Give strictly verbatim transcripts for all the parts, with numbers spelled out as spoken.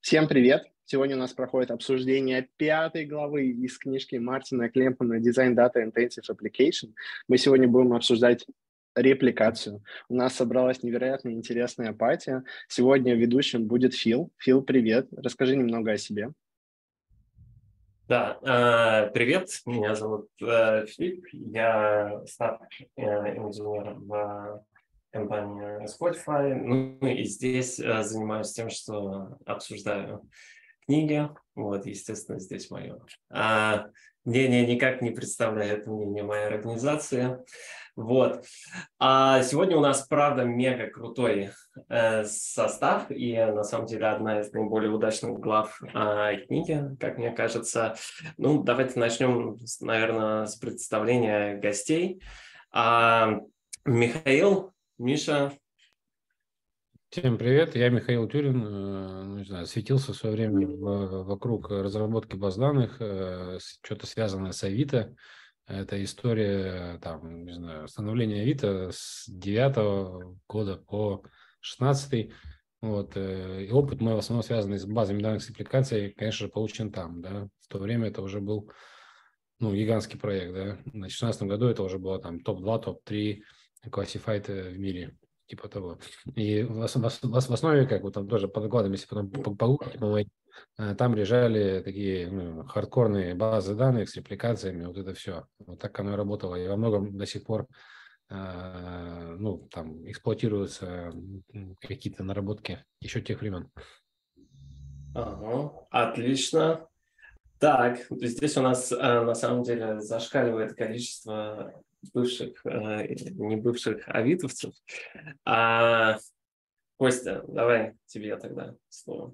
Всем привет! Сегодня у нас проходит обсуждение пятой главы из книжки Мартина Клемпана «Design Data Intensive Application». Мы сегодня будем обсуждать репликацию. У нас собралась невероятно интересная апатия. Сегодня ведущим будет Фил. Фил, привет! Расскажи немного о себе. Да, э, привет, меня зовут э, Филипп, я стартап-инженер в компании Spotify, ну и здесь э, занимаюсь тем, что обсуждаю книги, вот, естественно, здесь мое а, мнение никак не представляет мнение моей организации, вот. А сегодня у нас, правда, мега крутой э, состав, и на самом деле одна из наиболее удачных глав э, книги, как мне кажется. Ну, давайте начнем, с, наверное, с представления гостей. А, Михаил, Миша. Всем привет, я Михаил Тюрин, э, ну, не знаю, светился в свое время в- вокруг разработки баз данных, э, с- что-то связанное с Авито. Это история, там, не знаю, становления Авито с девятого года по шестнадцатый. Вот, э, и опыт мой в основном связанный с базами данных, с аппликацией, конечно же, получен там, да. В то время это уже был, ну, гигантский проект, да. На две тысячи шестнадцатом году это уже было там топ два, топ три classified в мире. Типа того. И в, ос- в ос- в основе, как вот там тоже под докладом, если потом по- погуглить, по-моему, э, там лежали такие ну, хардкорные базы данных с репликациями, вот это все. Вот так оно и работало. И во многом до сих пор э, ну, там эксплуатируются м, какие-то наработки еще тех времен. Ага, отлично. Так, здесь у нас э, на самом деле зашкаливает количество бывших, э, или не бывших авитовцев. А, Костя, давай тебе тогда слово.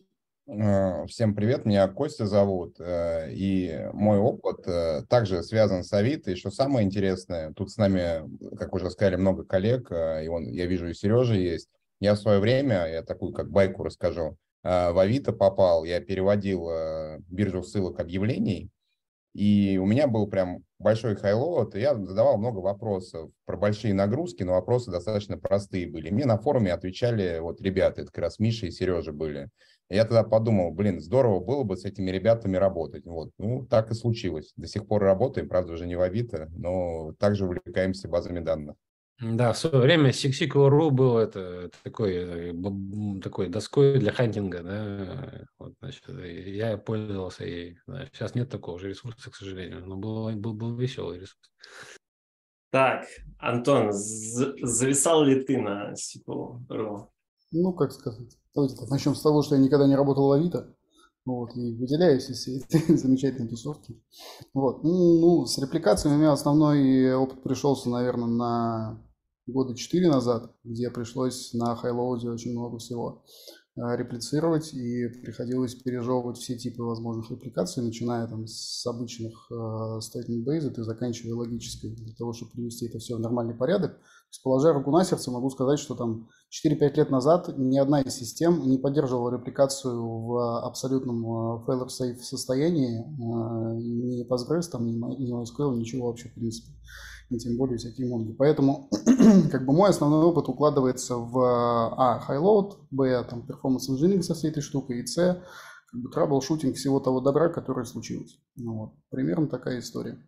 Э, Всем привет, меня Костя зовут, э, и мой опыт э, также связан с Авито. И что самое интересное, тут с нами, как уже сказали, много коллег, э, и он, я вижу, и Сережа есть. Я в свое время, я такую как байку расскажу, э, в Авито попал, я переводил э, биржу ссылок объявлений, и у меня был прям большой хайлоуд, и я задавал много вопросов про большие нагрузки, но вопросы достаточно простые были. Мне на форуме отвечали вот ребята, это как раз Миша и Сережа были. И я тогда подумал, блин, здорово было бы с этими ребятами работать. Вот. Ну, так и случилось. До сих пор работаем, правда, уже не в Авито, но также увлекаемся базами данных. Да, в свое время Six точка ру был это, такой, э, б- такой доской для хантинга, да, вот, значит, и я пользовался ей. Да. Сейчас нет такого же ресурса, к сожалению, но был, был, был веселый ресурс. Так, Антон, з- зависал ли ты на сиквел.ру? Ну, как сказать. Давайте так, начнем с того, что я никогда не работал в Авито. Вот, и выделяюсь из всей этой замечательной тусовки. Вот. Ну, ну, с репликацией у меня основной опыт пришелся, наверное, на года четыре назад, где пришлось на хайлоуде очень много всего э, реплицировать, и приходилось пережевывать все типы возможных репликаций, начиная там с обычных э, statement based и заканчивая логической, для того, чтобы привести это все в нормальный порядок. То есть, положа руку на сердце, могу сказать, что там четыре-пять лет назад ни одна из систем не поддерживала репликацию в абсолютном э, fail-safe состоянии, э, ни Postgres, там, ни My- ни MySQL, ничего вообще, в принципе, и тем более всякие монги. Поэтому как бы мой основной опыт укладывается в а. high-load, б. там, performance engineering со всей этой штукой, и с. как бы troubleshooting всего того добра, которое случилось. Ну, вот. Примерно такая история.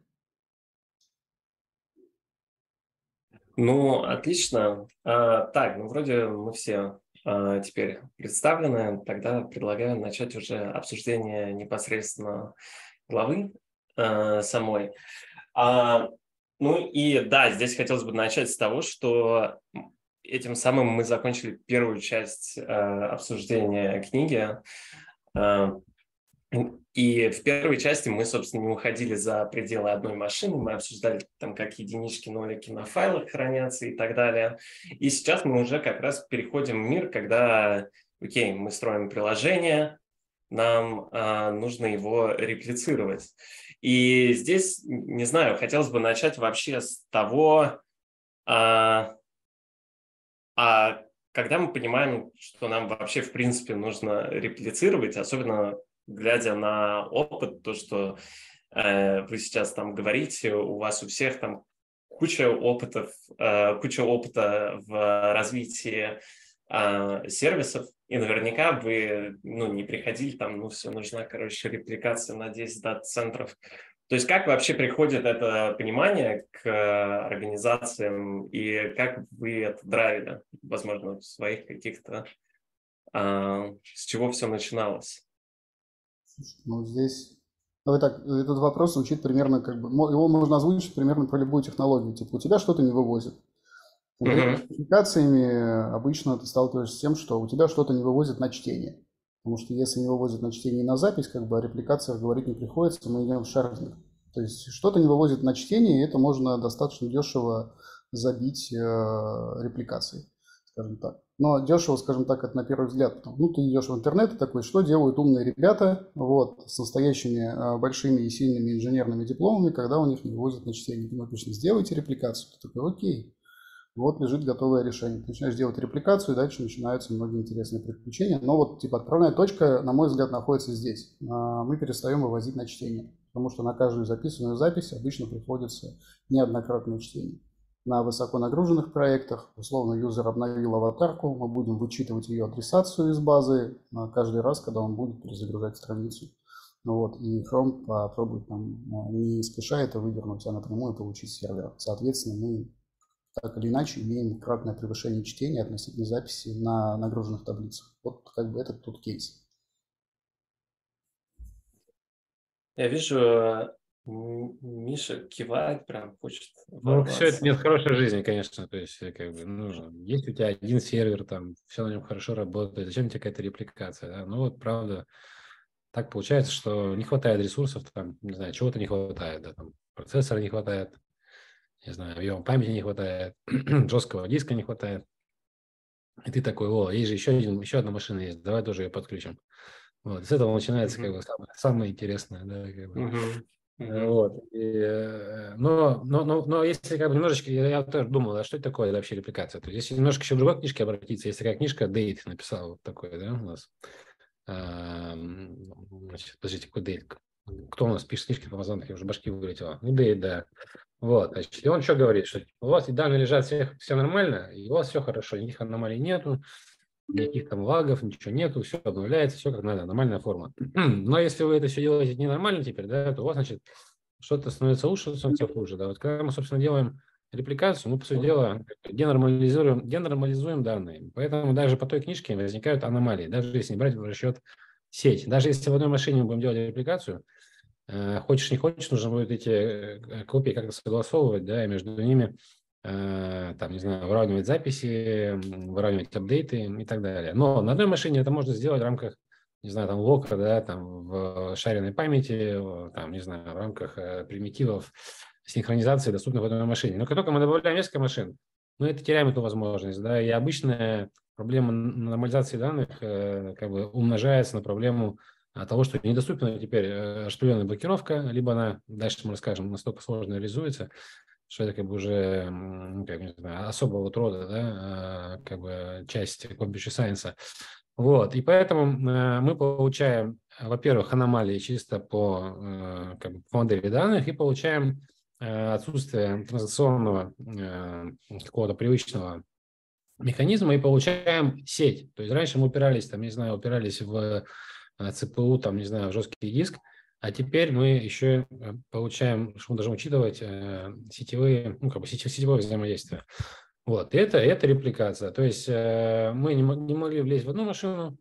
Ну, отлично. А, так, ну вроде мы все а, теперь представлены. Тогда предлагаю начать уже обсуждение непосредственно главы а, самой. А, ну и да, здесь хотелось бы начать с того, что этим самым мы закончили первую часть а, обсуждения книги. А, И в первой части мы, собственно, не уходили за пределы одной машины, мы обсуждали там, как единички, нолики на файлах хранятся и так далее. И сейчас мы уже как раз переходим в мир, когда, окей, мы строим приложение, нам а, нужно его реплицировать. И здесь, не знаю, хотелось бы начать вообще с того, а, а когда мы понимаем, что нам вообще в принципе нужно реплицировать, особенно глядя на опыт, то, что э, вы сейчас там говорите, у вас у всех там куча опытов, э, куча опыта в развитии а, сервисов, и наверняка вы, ну, не приходили там, ну, все, нужна, короче, репликация на десять дата-центров. То есть как вообще приходит это понимание к организациям, и как вы это драйвили, возможно, в своих каких-то, а, с чего все начиналось? Ну, здесь... Давай так, этот вопрос звучит примерно как бы... Его можно озвучить примерно про любую технологию. Типа, у тебя что-то не вывозит. Конкретно с аппликациями обычно ты сталкиваешься с тем, что у тебя что-то не вывозит на чтение. Потому что если не вывозит на чтение и на запись, как бы о репликациях говорить не приходится, мы идем в шардинг. То есть что-то не вывозит на чтение, и это можно достаточно дешево забить э, репликацией, скажем так. Но дешево, скажем так, это на первый взгляд. Потому, ну, ты идешь в интернет и такой, что делают умные ребята вот, с настоящими э, большими и сильными инженерными дипломами, когда у них не вывозят на чтение. Ты напишешь, сделайте репликацию. Ты такой, окей. Вот лежит готовое решение. Ты начинаешь делать репликацию, и дальше начинаются многие интересные приключения. Но вот типа отправная точка, на мой взгляд, находится здесь. Мы перестаем вывозить на чтение, потому что на каждую записанную запись обычно приходится неоднократное чтение. На высоко нагруженных проектах, условно, юзер обновил аватарку, мы будем вычитывать ее адресацию из базы каждый раз, когда он будет перезагружать страницу. Ну вот, и Chrome попробует там не спеша это вывернуть, а напрямую получить сервер. Соответственно, мы так или иначе имеем кратное превышение чтения относительно записи на нагруженных таблицах. Вот как бы этот тут кейс. Я вижу, Миша кивает, прям хочет. Ну, все это нет хорошей жизни, конечно. То есть, как бы, нужно. Есть у тебя один сервер, там, все на нем хорошо работает. Зачем тебе какая-то репликация? Да? Ну, вот, правда, так получается, что не хватает ресурсов, там, не знаю, чего-то не хватает, да, там, процессора не хватает. Не знаю, объема памяти не хватает, жесткого диска не хватает. И ты такой, о, есть же еще, один, еще одна машина есть, давай тоже ее подключим. Вот, с этого начинается uh-huh. как бы самое, самое интересное. Да, как бы. uh-huh. Uh-huh. Вот. И, но, но, но, но если как бы немножечко, я, я тоже думал, а что это такое вообще репликация? То есть если немножко еще в другой книжке обратиться, есть такая книжка, Date написал вот такое, да, у нас. А, значит, подождите, какой Date? Кто у нас пишет книжки по Амазону, я уже башки вылетела. Ну, Date, да. Вот, значит, и он что говорит, что у вас и данные лежат, все, все нормально, и у вас все хорошо, никаких аномалий нету, никаких там лагов, ничего нету, все обновляется, все как надо, нормальная форма. Но если вы это все делаете ненормально теперь, да, то у вас, значит, что-то становится лучше, становится хуже. Да. Вот когда мы, собственно, делаем репликацию, мы, по сути дела, денормализируем, денормализуем данные. Поэтому даже по той книжке возникают аномалии, даже если не брать в расчет сеть. Даже если в одной машине мы будем делать репликацию, хочешь не хочешь, нужно будет эти копии как-то согласовывать, да, и между ними, там, не знаю, выравнивать записи, выравнивать апдейты и так далее. Но на одной машине это можно сделать в рамках, не знаю, там, лока, да, там, в шаренной памяти, там, не знаю, в рамках примитивов синхронизации, доступных в одной машине. Но как только мы добавляем несколько машин, мы это теряем эту возможность, да, и обычная проблема нормализации данных как бы умножается на проблему того, что недоступна теперь распределенная блокировка, либо она, дальше мы расскажем, настолько сложно реализуется, что это как бы уже, как, не знаю, особого вот рода, да, как бы часть computer science. Вот, и поэтому мы получаем, во-первых, аномалии чисто по, как бы, по модели данных и получаем отсутствие транзакционного какого-то привычного механизма и получаем сеть. То есть раньше мы упирались, там, не знаю, упирались в ЦПУ, там, не знаю, в жесткий диск, а теперь мы еще получаем, что мы должны учитывать э, сетевые, ну, как бы сетевое взаимодействие. Вот, это, это репликация. То есть э, мы не, не могли влезть в одну машину,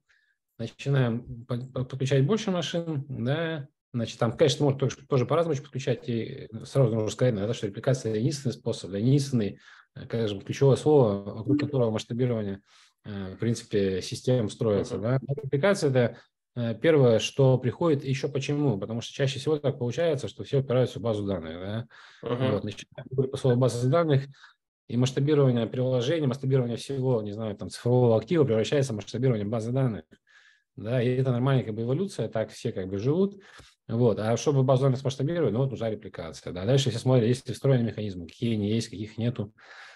начинаем подключать больше машин, да, значит, там, конечно, можно тоже, тоже по-разному подключать, и сразу нужно сказать, да, что репликация – это единственный способ, да, единственный, скажем, ключевое слово, вокруг которого масштабирование, э, в принципе, систем строится, да. Репликация – это первое, что приходит, еще почему? Потому что чаще всего так получается, что все опираются в базу данных. Да? Uh-huh. Вот, начинаем по слову базы данных, и масштабирование приложения, масштабирование всего, не знаю, там, цифрового актива превращается в масштабирование базы данных. Да? И это нормальная как бы эволюция, так все как бы живут. Вот. А чтобы базу данных масштабировать, ну вот нужна репликация. Да? Дальше все смотрят, есть ли встроенные механизмы, какие они есть, каких нету.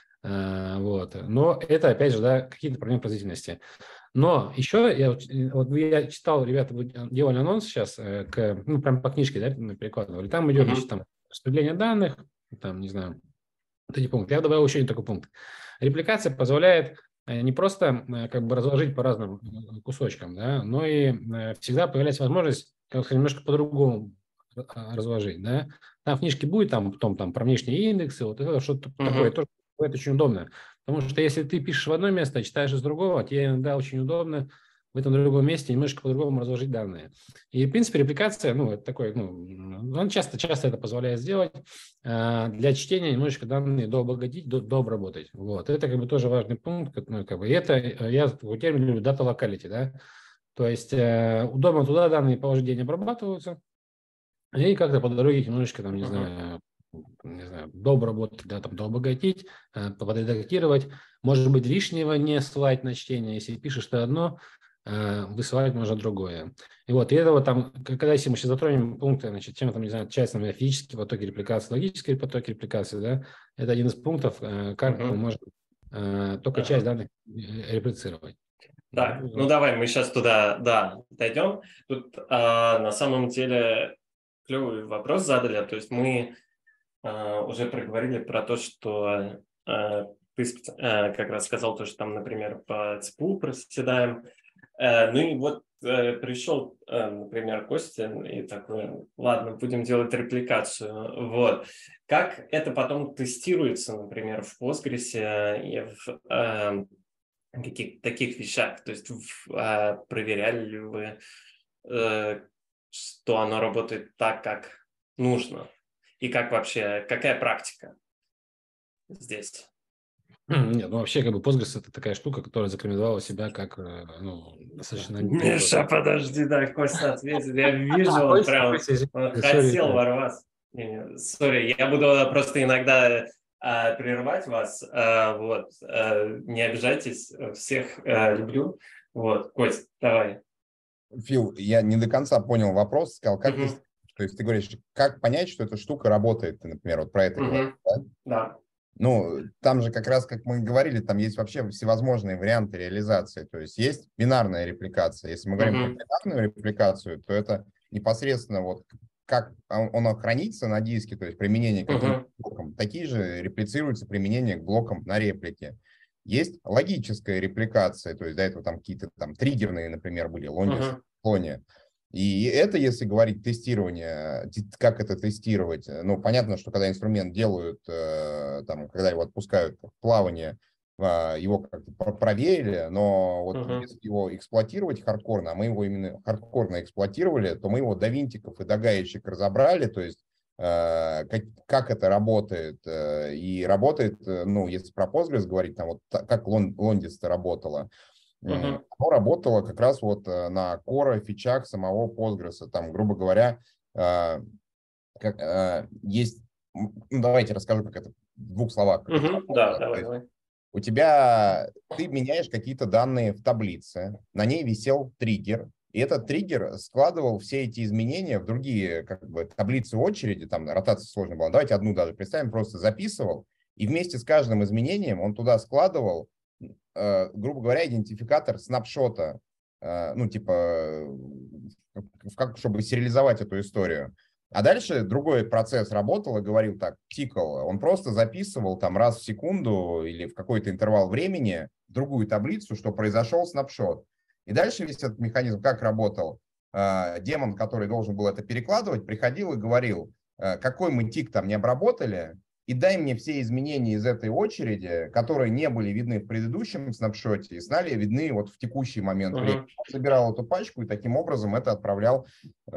А, вот. Но это, опять же, да, какие-то проблемы производительности. Но еще я, вот я читал, ребята делали анонс сейчас, к, ну, прям по книжке, да, перекладывали. Там идет, значит, там распределение данных, там, не знаю, вот эти пункты. Я добавил еще один такой пункт. Репликация позволяет не просто как бы разложить по разным кусочкам, да, но и всегда появляется возможность как-то немножко по-другому разложить, да. Там в книжке будет там потом там про внешние индексы, вот это что-то uh-huh. такое, тоже это очень удобно. Потому что если ты пишешь в одно место, а читаешь из другого, тебе иногда очень удобно в этом другом месте немножко по-другому разложить данные. И, в принципе, репликация, ну, это такой, ну, он часто, часто это позволяет сделать, э, для чтения немножечко данные дообогатить, до, дообработать. Вот. Это как бы тоже важный пункт. Ну, как бы, и это, я такой термин люблю, data locality, да. То есть э, удобно туда данные положить, где они обрабатываются, и как-то по дороге их немножечко, там, не uh-huh. знаю, не знаю, дообработать, да, там, дообогатить, э, подредактировать. Может быть, лишнего не ссылать на чтение. Если пишешь ты одно, высылать можно другое. И вот, и это вот там, когда если мы сейчас затронем пункты, значит, чем там, не знаю, часть, например, физические потоки репликации, логические потоки репликации, да, это один из пунктов, как uh-huh. мы можем только uh-huh. часть данных реплицировать. Так, ну, ну давай мы сейчас туда, да, дойдем. Тут а, на самом деле клевый вопрос задали, то есть мы а, уже проговорили про то, что а, ты а, как раз сказал то, что там, например, по ЦПУ проседаем. Ну и вот пришел, например, Костя и такой, ладно, будем делать репликацию. Вот. Как это потом тестируется, например, в Postgres и в э, каких-то таких вещах? То есть э, проверяли ли вы, э, что оно работает так, как нужно? И как вообще, какая практика здесь? Нет, ну вообще как бы Postgres это такая штука, которая зарекомендовала себя как, ну, достаточно... Миша, подожди, да, Костя ответит. Я вижу, он прям хотел ворваться. Сори, я буду просто иногда а, прервать вас. А, вот, а, не обижайтесь, всех а, люблю. Вот, Кость, давай. Фил, я не до конца понял вопрос, сказал, как uh-huh. ты... То есть ты говоришь, как понять, что эта штука работает, ты, например, вот про это uh-huh. говоришь, да? Да. Ну, там же как раз, как мы говорили, там есть вообще всевозможные варианты реализации. То есть есть бинарная репликация. Если мы говорим uh-huh. про бинарную репликацию, то это непосредственно вот как оно хранится на диске, то есть применение к каким-то uh-huh. блокам. Такие же реплицируются применение к блокам на реплике. Есть логическая репликация, то есть до этого там какие-то там триггерные, например, были, лондис, uh-huh. И это, если говорить тестирование, как это тестировать, ну, понятно, что когда инструмент делают, там, когда его отпускают в плавание, его как-то проверили, но вот uh-huh. если его эксплуатировать хардкорно, а мы его именно хардкорно эксплуатировали, то мы его до винтиков и до гаечек разобрали, то есть как, как это работает, и работает, ну, если про Postgres говорить, там вот как Londis работало, Uh-huh. оно работало как раз вот на core фичах самого Postgres. Там, грубо говоря, э, как, э, есть... Ну, давайте расскажу, как это в двух словах. Uh-huh. Да, давай, давай. У тебя... Ты меняешь какие-то данные в таблице, на ней висел триггер, и этот триггер складывал все эти изменения в другие как бы таблицы очереди, там ротация сложная была. Давайте одну даже представим, просто записывал, и вместе с каждым изменением он туда складывал, грубо говоря, идентификатор снапшота, ну, типа, как, чтобы сериализовать эту историю. А дальше другой процесс работал и говорил так, тикал, он просто записывал там раз в секунду или в какой-то интервал времени в другую таблицу, что произошел снапшот. И дальше весь этот механизм как работал? Демон, который должен был это перекладывать, приходил и говорил, какой мы тик там не обработали, и дай мне все изменения из этой очереди, которые не были видны в предыдущем снапшоте, и стали видны вот в текущий момент времени. Uh-huh. Он собирал эту пачку и таким образом это отправлял,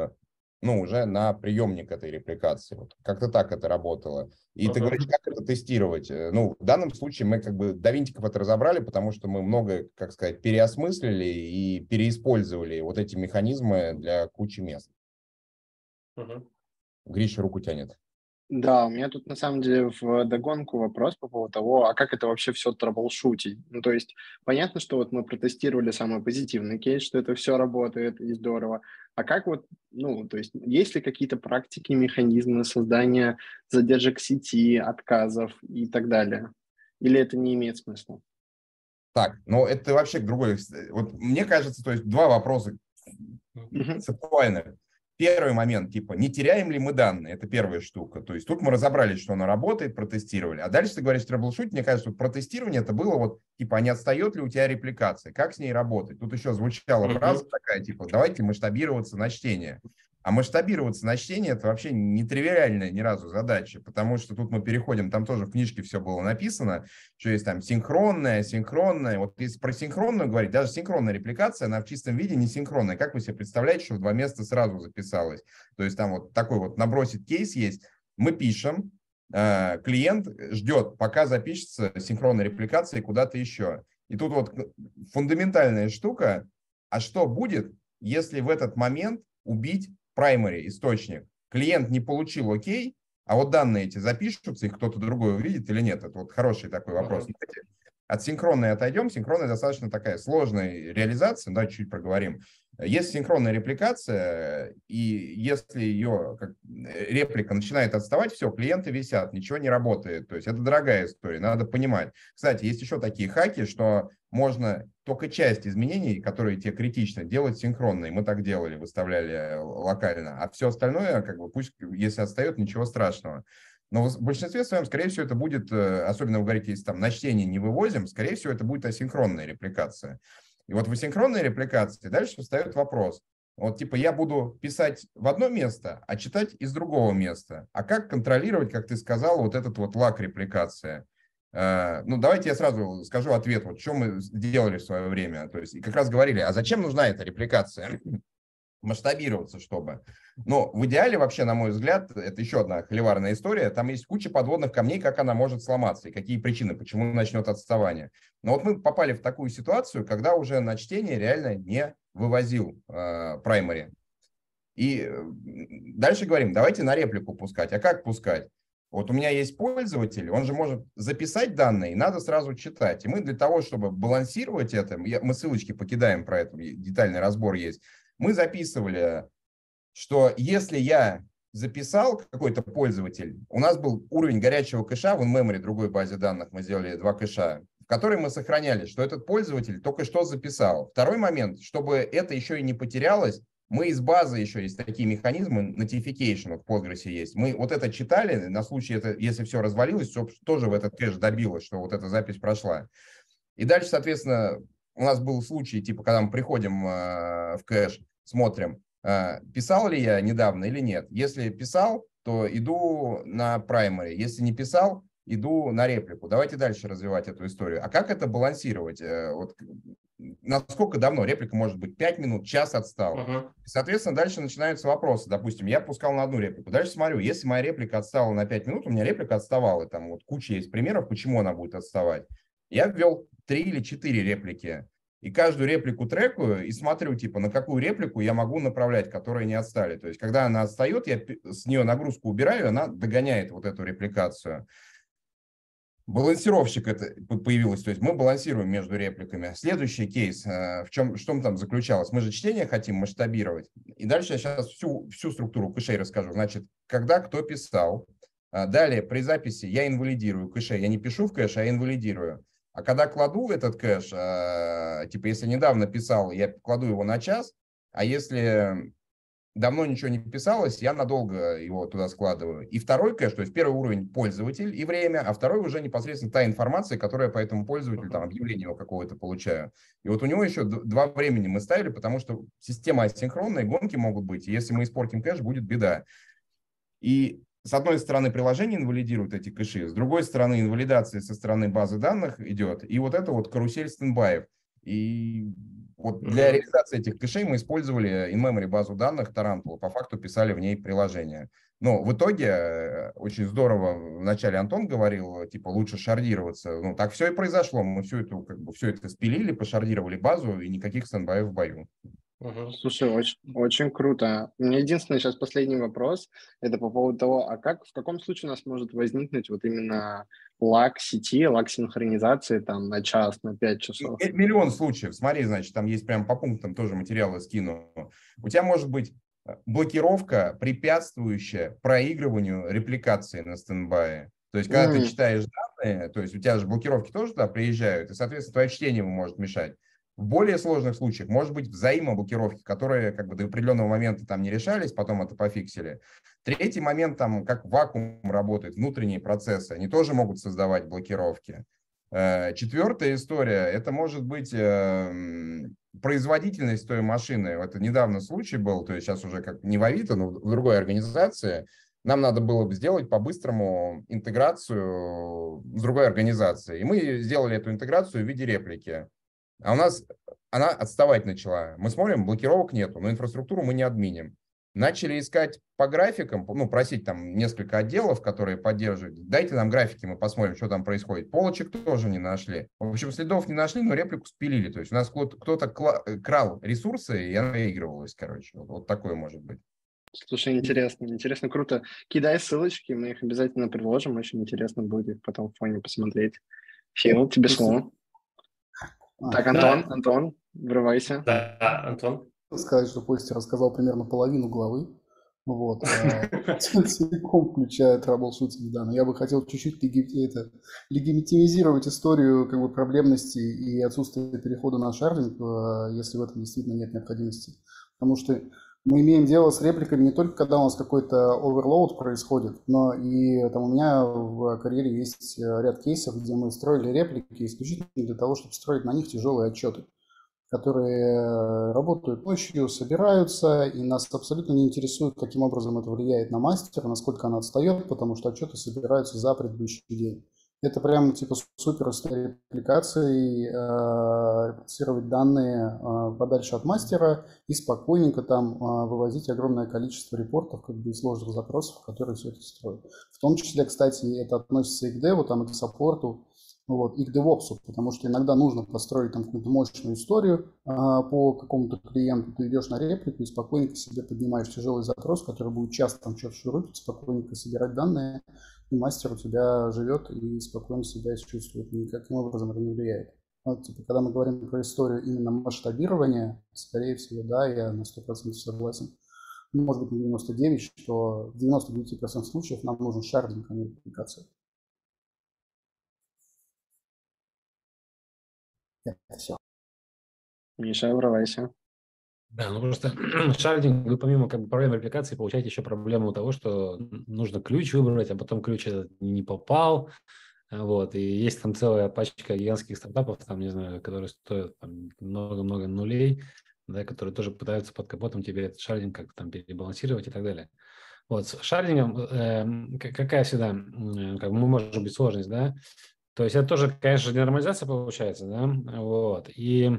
ну, уже на приемник этой репликации. Вот как-то так это работало. И uh-huh. ты говоришь, как это тестировать? Ну, в данном случае мы как бы до винтиков это разобрали, потому что мы много, как сказать, переосмыслили и переиспользовали вот эти механизмы для кучи мест. Uh-huh. Гриша руку тянет. Да, у меня тут на самом деле в догонку вопрос по поводу того, а как это вообще все траблшутить? Ну, то есть понятно, что вот мы протестировали самый позитивный кейс, что это все работает и здорово. А как вот, ну, то есть есть ли какие-то практики, механизмы создания задержек сети, отказов и так далее? Или это не имеет смысла? Так, ну это вообще другой. Вот мне кажется, то есть два вопроса концептуальных. первый момент, типа, не теряем ли мы данные, это первая штука. То есть тут мы разобрались, что оно работает, протестировали. А дальше ты говоришь трэблшут, мне кажется, вот протестирование это было вот, типа, а не отстает ли у тебя репликация, как с ней работать? Тут еще звучала фраза такая, типа, давайте масштабироваться на чтение. А масштабироваться на чтение – это вообще не тривиальная ни разу задача, потому что тут мы переходим, там тоже в книжке все было написано, что есть там синхронная, синхронная. Вот если про синхронную говорить, даже синхронная репликация, она в чистом виде не синхронная. Как вы себе представляете, что в два места сразу записалось? То есть там вот такой вот набросить кейс есть. Мы пишем, клиент ждет, пока запишется синхронная репликация куда-то еще. И тут вот фундаментальная штука, а что будет, если в этот момент убить primary, источник? Клиент не получил окей, а вот данные эти запишутся, их кто-то другой увидит или нет? Это вот хороший такой вопрос. Uh-huh. От синхронной отойдем. Синхронная достаточно такая сложная реализация, да, чуть проговорим. Есть синхронная репликация, и если ее как, реплика начинает отставать, все, клиенты висят, ничего не работает. То есть это дорогая история, надо понимать. Кстати, есть еще такие хаки, что можно только часть изменений, которые тебе критичны, делать синхронной. Мы так делали, выставляли локально. А все остальное, как бы, пусть, если отстает, ничего страшного. Но в большинстве своем, скорее всего, это будет, особенно вы говорите, если там на чтение не вывозим, скорее всего, это будет асинхронная репликация. И вот в асинхронной репликации дальше встает вопрос. Вот типа я буду писать в одно место, а читать из другого места. А как контролировать, как ты сказал, вот этот вот лаг репликации? Ну, давайте я сразу скажу ответ, вот что мы сделали в свое время. То есть и как раз говорили, а зачем нужна эта репликация? Масштабироваться, чтобы. Но в идеале вообще, на мой взгляд, это еще одна холиварная история. Там есть куча подводных камней, как она может сломаться и какие причины, почему начнет отставание. Но вот мы попали в такую ситуацию, когда уже на чтение реально не вывозил э, primary. И дальше говорим, давайте на реплику пускать. А как пускать? Вот у меня есть пользователь, он же может записать данные, и надо сразу читать. И мы для того, чтобы балансировать это, мы ссылочки покидаем про это, детальный разбор есть, мы записывали, что если я записал какой-то пользователь, у нас был уровень горячего кэша в in-memory, другой базе данных, мы сделали два кэша, в которой мы сохраняли, что этот пользователь только что записал. Второй момент, чтобы это еще и не потерялось, мы из базы, еще есть такие механизмы, notification в Postgres есть, мы вот это читали, на случай, это, если все развалилось, тоже в этот кэш добилось, что вот эта запись прошла. И дальше, соответственно, у нас был случай, типа, когда мы приходим э, в кэш, смотрим, э, писал ли я недавно или нет. Если писал, то иду на primary. Если не писал, иду на реплику. Давайте дальше развивать эту историю. А как это балансировать? Э, вот, насколько давно? Реплика может быть пять минут, час отстал. Uh-huh. Соответственно, дальше начинаются вопросы. Допустим, я пускал на одну реплику. Дальше смотрю, если моя реплика отстала на пять минут, у меня реплика отставала. Там вот куча есть примеров, почему она будет отставать. Я ввел три или четыре реплики. И каждую реплику трекаю и смотрю, типа, на какую реплику я могу направлять, которые не отстали. То есть, когда она отстает, я с нее нагрузку убираю, она догоняет вот эту репликацию. Балансировщик это появилось, то есть мы балансируем между репликами. Следующий кейс, в чем, что там заключалось? Мы же чтение хотим масштабировать. И дальше я сейчас всю, всю структуру кэшей расскажу. Значит, когда кто писал. Далее, при записи я инвалидирую кэшей. Я не пишу в кэш, а инвалидирую. А когда кладу этот кэш, типа если недавно писал, я кладу его на час, а если давно ничего не писалось, я надолго его туда складываю. И второй кэш, то есть первый уровень пользователь и время, а второй уже непосредственно та информация, которая по этому пользователю, там, объявление его какого-то получаю. И вот у него еще два времени мы ставили, потому что система асинхронная, гонки могут быть, и если мы испортим кэш, будет беда. И с одной стороны, приложение инвалидирует эти кэши, с другой стороны, инвалидация со стороны базы данных идет, и вот это вот карусель стендбаев. И вот для реализации этих кэшей мы использовали in-memory базу данных Тарантула, по факту писали в ней приложение. Но в итоге очень здорово, вначале Антон говорил, типа, лучше шардироваться. Ну, так все и произошло. Мы все это, как бы, все это спилили, пошардировали базу, и никаких стендбаев в бою. Угу. Слушай, очень, очень круто. У меня единственный сейчас последний вопрос, это по поводу того, а как, в каком случае у нас может возникнуть вот именно лаг сети, лаг синхронизации там на час, на пять часов? Миллион случаев. Смотри, значит, там есть прям по пунктам тоже материалы скину. У тебя может быть блокировка, препятствующая проигрыванию репликации на стендбае. То есть, когда mm. ты читаешь данные, то есть у тебя же блокировки тоже туда приезжают, и, соответственно, твое чтение может мешать. В более сложных случаях может быть взаимоблокировки, которые как бы до определенного момента там не решались, потом это пофиксили. Третий момент, там, как вакуум работает, внутренние процессы, они тоже могут создавать блокировки. Четвертая история, это может быть производительность той машины. Это недавно случай был, то есть сейчас уже как не в Авито, но в другой организации. Нам надо было бы сделать по-быстрому интеграцию с другой организацией. И мы сделали эту интеграцию в виде реплики. А у нас она отставать начала. Мы смотрим, блокировок нету, но инфраструктуру мы не админим. Начали искать по графикам, ну, просить там несколько отделов, которые поддерживают. Дайте нам графики, мы посмотрим, что там происходит. Полочек тоже не нашли. В общем, следов не нашли, но реплику спилили. То есть у нас кто-то крал ресурсы, и она выигрывалась, короче. Вот, вот такое может быть. Слушай, интересно, интересно, круто. Кидай ссылочки, мы их обязательно приложим. Очень интересно будет их потом в фоне посмотреть. Фил, тебе слово. А, так, Антон, да. Антон, врывайся. Да, Антон. Сказать, что Костя рассказал примерно половину главы. Вот. Целиком включая troubleshooting, да. Но я бы хотел чуть-чуть легитимизировать историю как бы проблемности и отсутствия перехода на шардинг, если в этом действительно нет необходимости. Потому что мы имеем дело с репликами не только когда у нас какой-то оверлоуд происходит, но и там у меня в карьере есть ряд кейсов, где мы строили реплики исключительно для того, чтобы строить на них тяжелые отчеты, которые работают ночью, собираются, и нас абсолютно не интересует, каким образом это влияет на мастера, насколько она отстает, потому что отчеты собираются за предыдущий день. Это прям типа супер история репликации, э, реплицировать данные э, подальше от мастера и спокойненько там э, вывозить огромное количество репортов, как бы и сложных запросов, которые все это строят. В том числе, кстати, это относится и к деву, там, и к саппорту, вот, и к девопсу, потому что иногда нужно построить там какую-то мощную историю э, по какому-то клиенту, ты идешь на реплику и спокойненько себе поднимаешь тяжелый запрос, который будет часто там что-то шурупить, спокойненько собирать данные, и мастер у тебя живет и спокойно себя чувствует, никаким образом это не влияет. Вот, типа, когда мы говорим про историю именно масштабирования, скорее всего, да, я на сто процентов согласен, может быть, на девяносто девять процентов, что в девяноста девяти процентах случаев нам нужен шардинг, а не репликация. Это все. Миша, врывайся. Да, ну просто шардинг, вы помимо как бы проблемы репликации получаете еще проблему того, что нужно ключ выбрать, а потом ключ этот не попал. Вот, и есть там целая пачка гигантских стартапов, там, не знаю, которые стоят там много-много нулей, да, которые тоже пытаются под капотом тебе этот шардинг как-то там перебалансировать и так далее. Вот, с шардингом э, какая всегда, э, как бы, может быть сложность, да? То есть это тоже, конечно, денормализация получается, да, вот, и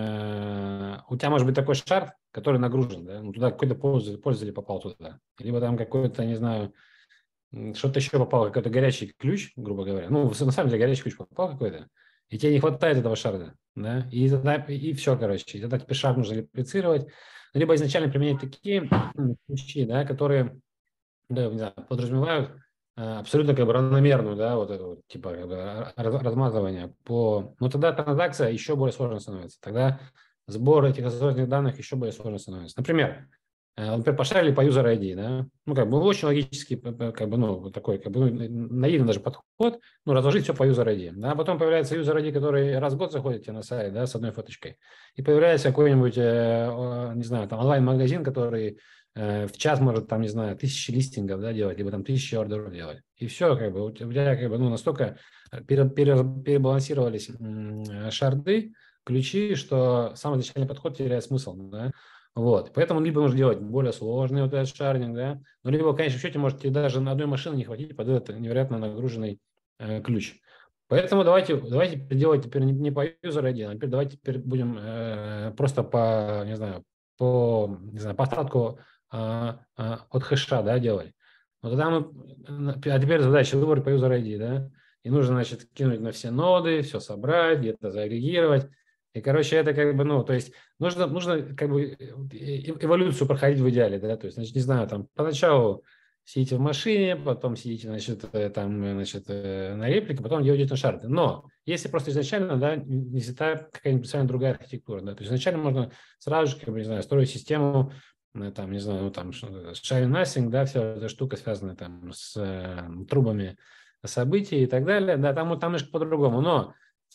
э, у тебя может быть такой шард, который нагружен, да, ну, туда какой-то пользователь, пользователь попал туда, либо там какой-то, не знаю, что-то еще попало, какой-то горячий ключ, грубо говоря, ну, на самом деле горячий ключ попал какой-то, и тебе не хватает этого шарда, да, и, тогда, и все, короче, и тогда тебе шард нужно реплицировать, либо изначально применять такие ключи, да, которые, да, не знаю, подразумевают абсолютно как бы равномерную, да, вот это вот, типа как бы размазывание по... Ну, тогда транзакция еще более сложной становится. Тогда сбор этих осознанных данных еще более сложно становится. Например, например, пошарили по user ай ди, да, ну, как бы очень логический, как бы, ну, такой, как бы, ну, наивный даже подход, ну, разложить все по user ай ди, да, потом появляется user ай ди, который раз в год заходит тебе на сайт, да, с одной фоточкой, и появляется какой-нибудь, не знаю, там, онлайн-магазин, который в час может, там, не знаю, тысячи листингов, да, делать, либо там тысячи ордеров делать. И все, как бы, у тебя, как бы, ну, настолько пере, пере, перебалансировались шарды, ключи, что сам изначальный подход теряет смысл, да. Вот. Поэтому либо нужно делать более сложный вот этот шардинг, да, но либо, конечно, в счете можете даже на одной машине не хватить под этот невероятно нагруженный э, ключ. Поэтому давайте, давайте делать теперь не, не по user ай ди, а теперь давайте теперь будем э, просто по, не знаю, по, не знаю, по остатку А, а, от хэша, да, делать. Но тогда мы, а теперь задача выбрать по user ай ди, да, и нужно, значит, кинуть на все ноды, все собрать, где-то заагрегировать, и, короче, это как бы, ну, то есть нужно, нужно как бы эволюцию проходить в идеале, да, то есть, значит, не знаю, там, поначалу сидите в машине, потом сидите, значит, там, значит, на реплике, потом делаете на шарды. Но если просто изначально, да, не взята какая-нибудь специально другая архитектура, да, то есть изначально можно сразу же, как бы, не знаю, строить систему, там, не знаю, ну, там, sharing nothing, да, вся эта штука связана там с э, трубами событий и так далее, да, там, там немножко по-другому, но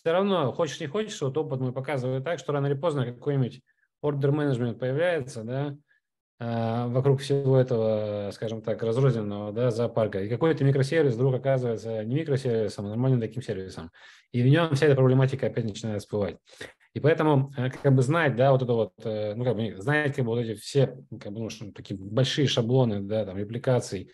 все равно, хочешь не хочешь, вот опыт мой показывает так, что рано или поздно какой-нибудь order management появляется, да, вокруг всего этого, скажем так, разрозненного, да, зоопарка. И какой-то микросервис вдруг оказывается не микросервисом, а нормальным таким сервисом. И в нем вся эта проблематика опять начинает всплывать. И поэтому как бы знать, да, вот это вот, ну, как бы знать, как бы вот эти все, как бы, ну, такие большие шаблоны, да, там, репликаций,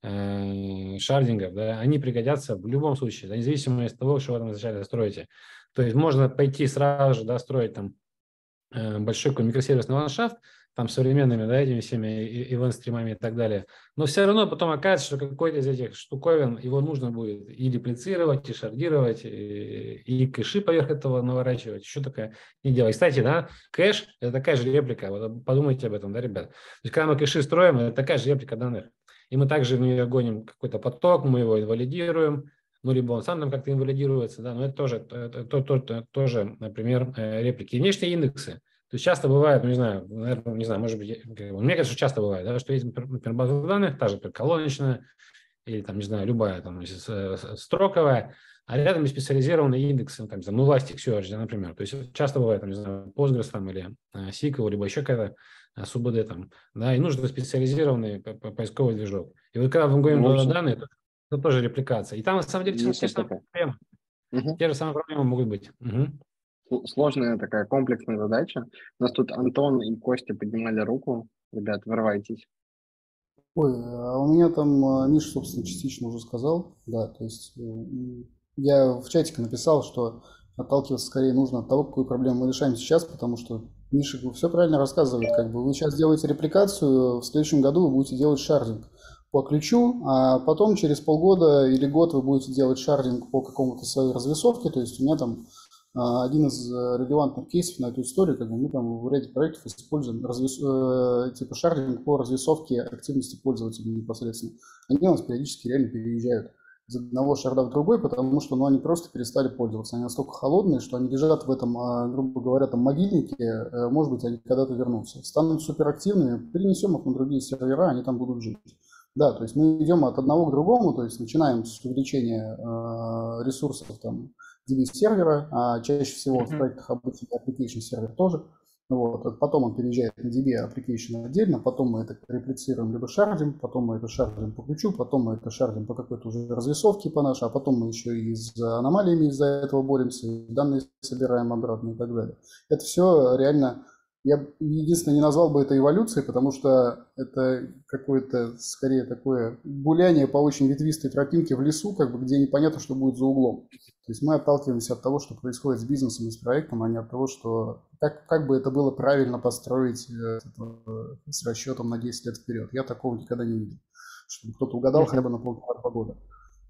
э, шардингов, да, они пригодятся в любом случае, да, независимо от того, что вы там изначально строите. То есть можно пойти сразу же, да, строить там большой какой микросервисный ландшафт, там современными, да, этими всеми ивент-стримами и так далее. Но все равно потом окажется, что какой-то из этих штуковин его нужно будет и реплицировать, и шардировать, и, и кэши поверх этого наворачивать, еще такое не делать. Кстати, да, кэш – это такая же реплика, вот подумайте об этом, да, ребят. То есть, когда мы кэши строим, это такая же реплика данных. И мы также в нее гоним какой-то поток, мы его инвалидируем, ну, либо он сам там как-то инвалидируется, да, но это тоже, это, это, это, это тоже, например, реплики. И внешние индексы. То есть часто бывает, ну, не знаю, наверное, не знаю, может быть, мне кажется, что часто бывает, да, что есть, например, база данных, та же колоночная, или там, не знаю, любая там строковая, а рядом есть специализированные индексы, ну, там, ну, Elasticsearch, да, например. То есть часто бывает, там, не знаю, Postgres там, или эс ку эль, либо еще какая-то эс ю би ди там, да, и нужен специализированный поисковый движок. И вот когда мы гоним туда данные, это, это тоже репликация. И там, на самом деле, те, те же самые проблемы. Угу. Те же самые проблемы могут быть. Угу. Сложная такая комплексная задача. У нас тут Антон и Костя поднимали руку. Ребят, вырывайтесь. Ой, а у меня там Миша, собственно, частично уже сказал. Да, то есть я в чатике написал, что отталкиваться скорее нужно от того, какую проблему мы решаем сейчас, потому что Миша все правильно рассказывает. Как бы вы сейчас делаете репликацию, в следующем году вы будете делать шардинг по ключу, а потом через полгода или год вы будете делать шардинг по какому-то своей развесовке. То есть у меня там один из релевантных кейсов на эту историю, как бы мы там в ряде проектов используем развес... э, типа шардинг по развесовке активности пользователей непосредственно. Они у нас периодически реально переезжают из одного шарда в другой, потому что, ну, они просто перестали пользоваться. Они настолько холодные, что они лежат в этом, грубо говоря, там могильнике, может быть, они когда-то вернутся. Станут суперактивными, перенесем их на другие сервера, они там будут жить. Да, то есть мы идем от одного к другому, то есть начинаем с увеличения э, ресурсов там ди би-сервера, а чаще всего в проектах обычно application сервер тоже. Вот. Потом он переезжает на ди би application отдельно, потом мы это реплицируем либо шардим, потом мы это шардим по ключу, потом мы это шардим по какой-то уже развесовке по нашей, а потом мы еще и с аномалиями из-за этого боремся, данные собираем обратно и так далее. Это все реально... Я единственное не назвал бы это эволюцией, потому что это какое-то, скорее, такое гуляние по очень ветвистой тропинке в лесу, как бы, где непонятно, что будет за углом. То есть мы отталкиваемся от того, что происходит с бизнесом и с проектом, а не от того, что как, как бы это было правильно построить это, с расчетом на десять лет вперед. Я такого никогда не видел, чтобы кто-то угадал хотя бы на полтора года.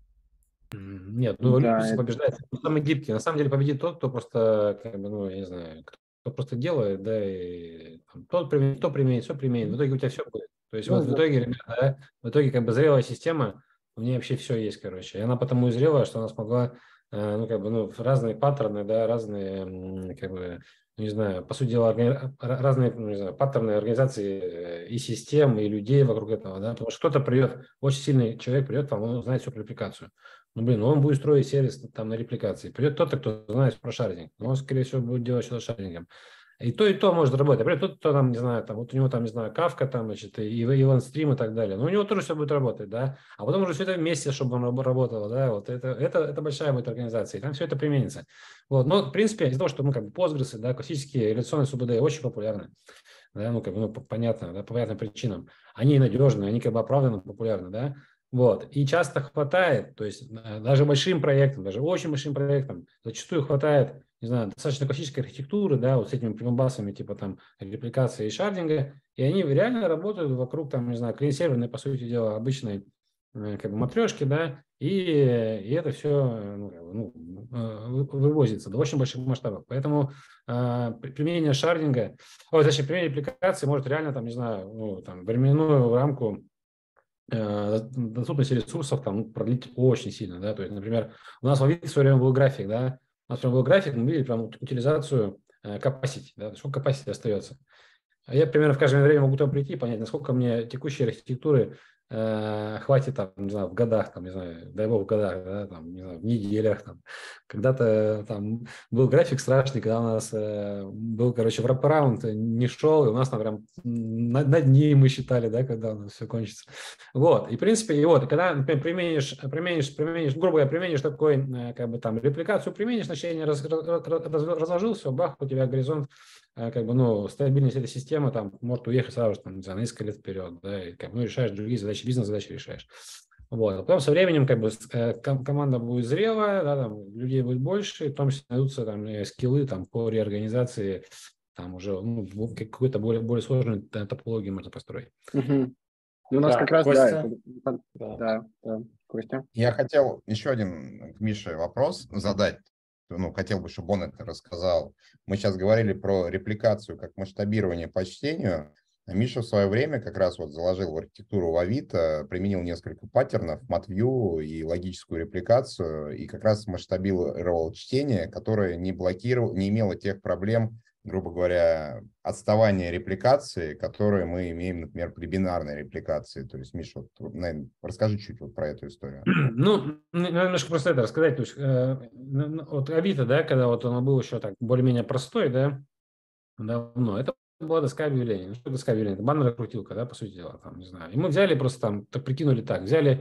Нет, ну эволюция да, побеждает. Это... Самый гибкий. На самом деле победит тот, кто просто, как бы, ну, я не знаю, кто просто делает, да, и там, тот применит, то применит, все применит, в итоге у тебя все будет. То есть ну, вот да. в итоге, ребята, да, в итоге как бы зрелая система, у нее вообще все есть, короче. И она потому и зрелая, что она смогла, э, ну, как бы, ну, разные паттерны, да, разные, как бы, не знаю, по сути дела, органи... разные, ну, не знаю, паттерны организации и систем, и людей вокруг этого, да, потому что кто-то придет, очень сильный человек придет, там, он знает всю про репликацию. Ну, блин, он будет строить сервис там на репликации. Придет кто-то, кто знает про шардинг. Но он, скорее всего, будет делать что-то с шардингом. И то, и то может работать. Например, тот, кто там, не знаю, там, вот у него там, не знаю, Kafka, там, значит, и ивент-стрим и так далее. Но у него тоже все будет работать, да. А потом уже все это вместе, чтобы оно работало, да. Вот это, это, это большая будет организация, и там все это применится. Вот. Но, в принципе, из-за того, что, ну, как бы, Postgres, да, классические реляционные эс ю би ди очень популярны. Да, ну, как бы, ну, понятно, да, по понятным причинам. Они надежны, они как бы оправданно популярны, да. Вот. И часто хватает, то есть даже большим проектам, даже очень большим проектам зачастую хватает, не знаю, достаточно классической архитектуры, да, вот с этими прибамбасами типа там репликации и шардинга, и они реально работают вокруг там, не знаю, клиент-серверной, по сути дела, обычной как бы матрешки, да, и, и это все ну, ну, вывозится до очень больших масштабов. Поэтому э, применение шардинга, о, точнее, применение репликации может реально там, не знаю, ну, там, временную рамку доступности ресурсов там продлить очень сильно, да, то есть, например, у нас в Авито в свое время был график, да, у нас прям был график, мы видели прям утилизацию capacity, да, сколько capacity остается. А я примерно в каждое время могу там прийти и понять, насколько мне текущей архитектуры э, хватит там, не знаю, в годах, там, не знаю, дай бог в годах, да, там, не знаю, в неделях, там. Когда-то там был график страшный, когда у нас э, был, короче, врап-раунд не шел, и у нас там прям на, на дни мы считали, да, когда у нас все кончится. Вот, и в принципе, и вот, и когда, например, применишь, применишь, применишь, грубо говоря, применишь такой, э, как бы там, репликацию применишь, значение раз, раз, раз, разложил, все, бах, у тебя горизонт, э, как бы, ну, стабильность этой системы, там, может уехать сразу же, там, не знаю, на несколько лет вперед, да, и, как бы, ну, решаешь другие задачи, бизнес-задачи решаешь. Вот. А потом со временем как бы э, команда будет зрелая, да, там, людей будет больше, в том числе найдутся там скиллы там, по реорганизации, там уже ну, какую-то более, более сложную топологию можно построить. Угу. У нас Да, как раз, Костя. да, это, Да. да, да, Костя. Я хотел еще один к Мише вопрос задать. Ну, хотел бы, чтобы он это рассказал. Мы сейчас говорили про репликацию как масштабирование по чтению. А Миша в свое время как раз вот заложил в архитектуру в Авито, применил несколько паттернов, матвью и логическую репликацию, и как раз масштабировал чтение, которое не блокировало, не имело тех проблем, грубо говоря, отставания репликации, которые мы имеем, например, при бинарной репликации. То есть, Миша, вот, наверное, расскажи чуть вот про эту историю. Ну, немножко просто это рассказать. То есть, э, вот Авито, да, когда вот оно было еще так более-менее простой, да, давно, это была доска объявлений. Ну, что доска объявлений? Это баннерная крутилка, да, по сути дела, там, не знаю. И мы взяли просто там, так прикинули так, взяли,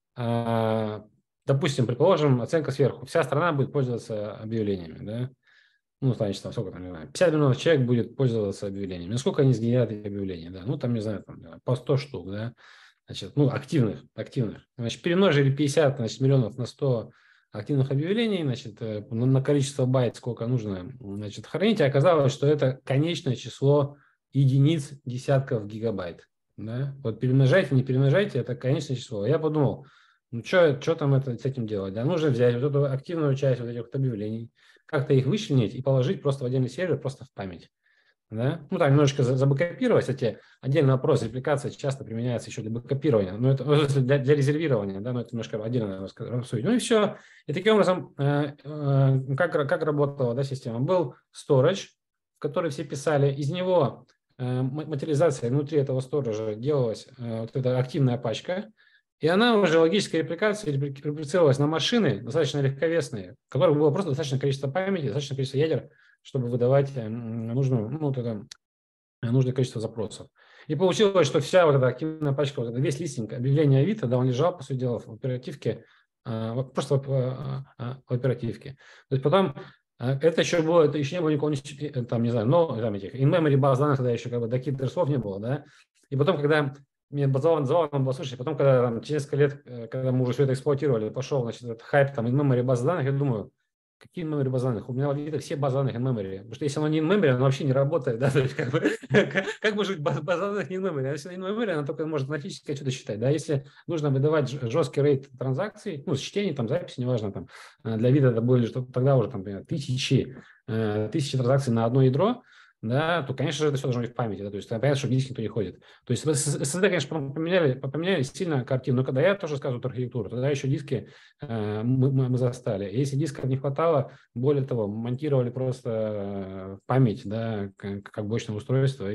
э, допустим, предположим, оценка сверху. Вся страна будет пользоваться объявлениями, да. Ну, значит, там сколько там, не знаю, пятьдесят миллионов человек будет пользоваться объявлениями. Насколько они сгенерят эти объявления, да? Ну, там, не знаю, там, по сто штук, да? Значит, ну, активных, активных. Значит, перемножили пятьдесят значит, миллионов на сто активных объявлений, значит, на, на количество байт, сколько нужно, значит, хранить, и оказалось, что это конечное число единиц десятков гигабайт, да? Вот перемножайте, не перемножайте, это конечное число. Я подумал, ну, что там это, с этим делать, да? Нужно взять вот эту активную часть вот этих вот объявлений, как-то их вычленить и положить просто в отдельный сервер, просто в память. Да? Ну, там немножечко забэкопировать. Кстати, отдельный вопрос, репликация часто применяется еще для бэкопирования, но это для, для резервирования, да, но это немножко отдельно рассудить. Ну и все. И таким образом, э, э, как, как работала да, система? Был storage, в который все писали, из него э, материализация внутри этого сториджа делалась э, вот эта активная пачка, и она уже логической репликацией реплицировалась на машины, достаточно легковесные, в которых было просто достаточное количество памяти, достаточное количество ядер, чтобы выдавать нужную, ну, вот это, нужное количество запросов. И получилось, что вся вот эта активная пачка, вот это, весь листинг объявления Авито, да, он лежал, по сути дела, в оперативке, просто в, в оперативке. То есть потом это еще было, это еще не было никакого, там, не знаю, но там этих in-memory баз данных, тогда еще как бы до каких-то слов не было, да. И потом, когда мне забавно было слышать, потом, когда там, через несколько лет, когда мы уже все это эксплуатировали, пошел, значит, этот хайп там in-memory баз данных, я думаю, какие in-memory базы данных? У меня в Авито все базы данных in-memory. Потому что если оно не in-memory, оно вообще не работает. Да? То есть, как, бы, как, как бы жить база данных не in-memory? А если in-memory, она только может автоматически что-то считать. Да? Если нужно выдавать жесткий рейд транзакций, ну, чтений, там, записи, неважно, там, для вида это были что тогда уже там, тысячи, тысячи транзакций на одно ядро, да, то, конечно же, это все должно быть в памяти, да, то есть понятно, что в диск никто не ходит. То есть эс эс ди, конечно, поменяли, поменяли сильно картину, но когда я тоже рассказываю архитектуру, тогда еще диски э, мы, мы застали. Если дисков не хватало, более того, монтировали просто память, да, как, как блочное устройство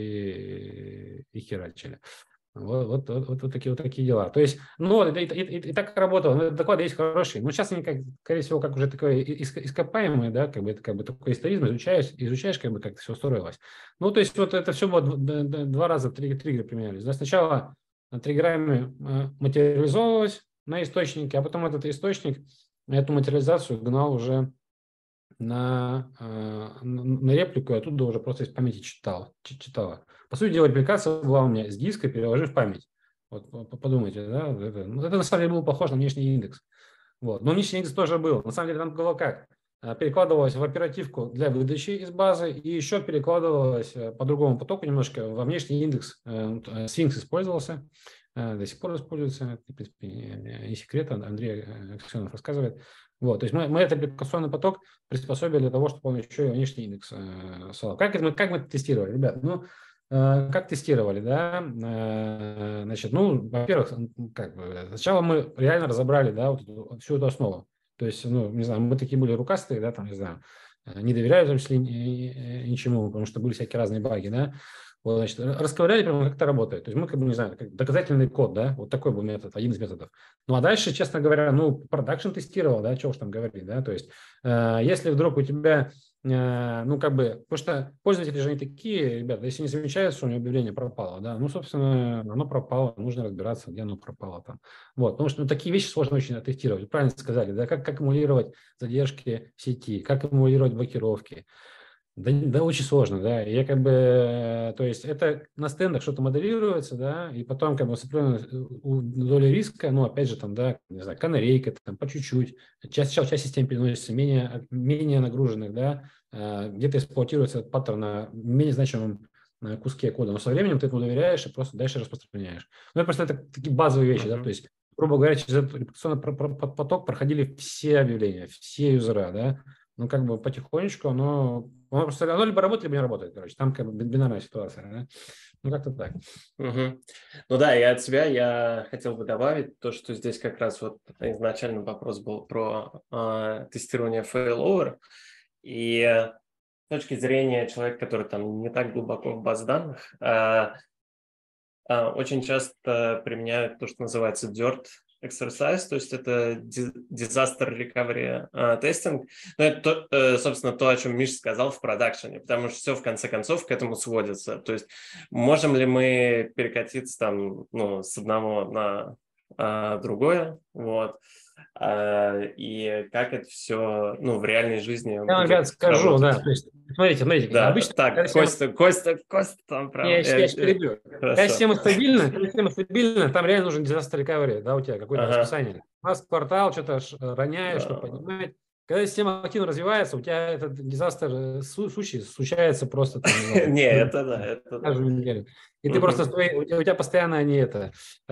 и, и херачили. Вот, вот, вот, вот, вот, такие, вот такие дела. То есть, ну, и, и, и, и так работало. Доклады есть хорошие. Но сейчас они, как, скорее всего, как уже такое ископаемые, да, как бы это как бы такой историзм, изучаешь, изучаешь, как бы как это все устроилось. Ну, то есть, вот это все вот два раза триггеры, триггеры применялись. Да, сначала триггерами материализовывалось на источнике, а потом этот источник эту материализацию гнал уже на, на реплику, и оттуда уже просто из памяти читала. читала. По сути дела, репликация была у меня с диска, переложив в память. Вот подумайте, да, это, ну, это на самом деле было похоже на внешний индекс. Вот. Но внешний индекс тоже был. На самом деле там было как? Перекладывалось в оперативку для выдачи из базы и еще перекладывалось по другому потоку немножко во внешний индекс. Sphinx использовался, до сих пор используется, это, в принципе, не секрет, Андрей Аксенов рассказывает. Вот, то есть мы, мы этот репликационный поток приспособили для того, чтобы он еще и внешний индекс э, слал. Как, это, как мы это тестировали, ребят? Ну, э, как тестировали, да? Э, значит, ну, во-первых, как бы, сначала мы реально разобрали, да, вот эту, всю эту основу. То есть, ну, не знаю, мы такие были рукастые, да, там, не знаю, не доверяют, в том числе, ничему, потому что были всякие разные баги, да. Вот, значит, расковыряли, прямо как это работает. То есть мы, как бы, не знаю, как доказательный код, да, вот такой был метод, один из методов. Ну, а дальше, честно говоря, ну, продакшн тестировал, да, чего уж там говорить, да, то есть э, если вдруг у тебя, э, ну, как бы, потому что пользователи же не такие, ребята, если не замечают, что у него объявление пропало, да, ну, собственно, оно пропало, нужно разбираться, где оно пропало там. Вот, потому что ну, такие вещи сложно очень оттестировать. Правильно сказали, да, как, как эмулировать задержки сети, как эмулировать блокировки. Да, да, очень сложно, да. Я как бы, э, то есть это на стендах что-то моделируется, да, и потом как бы с определенной долей риска, ну, опять же, там, да, не знаю, канарейка, там, по чуть-чуть. Часть, часть, часть систем переносится менее, менее нагруженных, да, э, где-то эксплуатируется этот паттерн на менее значимом э, куске кода, но со временем ты этому доверяешь и просто дальше распространяешь. Ну, это просто это такие базовые вещи, uh-huh. да, то есть, грубо говоря, через этот репутационный поток проходили все объявления, все юзера, да, ну, как бы потихонечку оно, оно просто оно либо работает, либо не работает, короче, там как бы бинарная ситуация, да? Ну, как-то так. Угу. Ну да, и от себя я хотел бы добавить то, что здесь как раз вот изначально вопрос был про э, тестирование failover, и с точки зрения человека, который там не так глубоко в баз данных, э, э, очень часто применяют то, что называется dirt exercise, то есть это disaster recovery uh, testing. Но это, то, uh, собственно, то, о чем Миша сказал в продакшене, потому что все в конце концов к этому сводится. То есть можем ли мы перекатиться там, ну, с одного на uh, другое, вот, uh, и как это все, ну, в реальной жизни Я вам, ребят, скажу, работать. Да, то есть, смотрите, смотрите, да, обычно... так, Костя, Костя, Костя, там прям... Я, я, я перебью. Когда система стабильна, когда система стабильна, там реально нужен disaster recovery, да, у тебя какое-то ага. расписание. У нас квартал, что-то роняешь, чтобы поднимать. Когда система активно развивается, у тебя этот дизастер случай случается просто... Не, это да, это да. И ты просто, у тебя постоянно они это...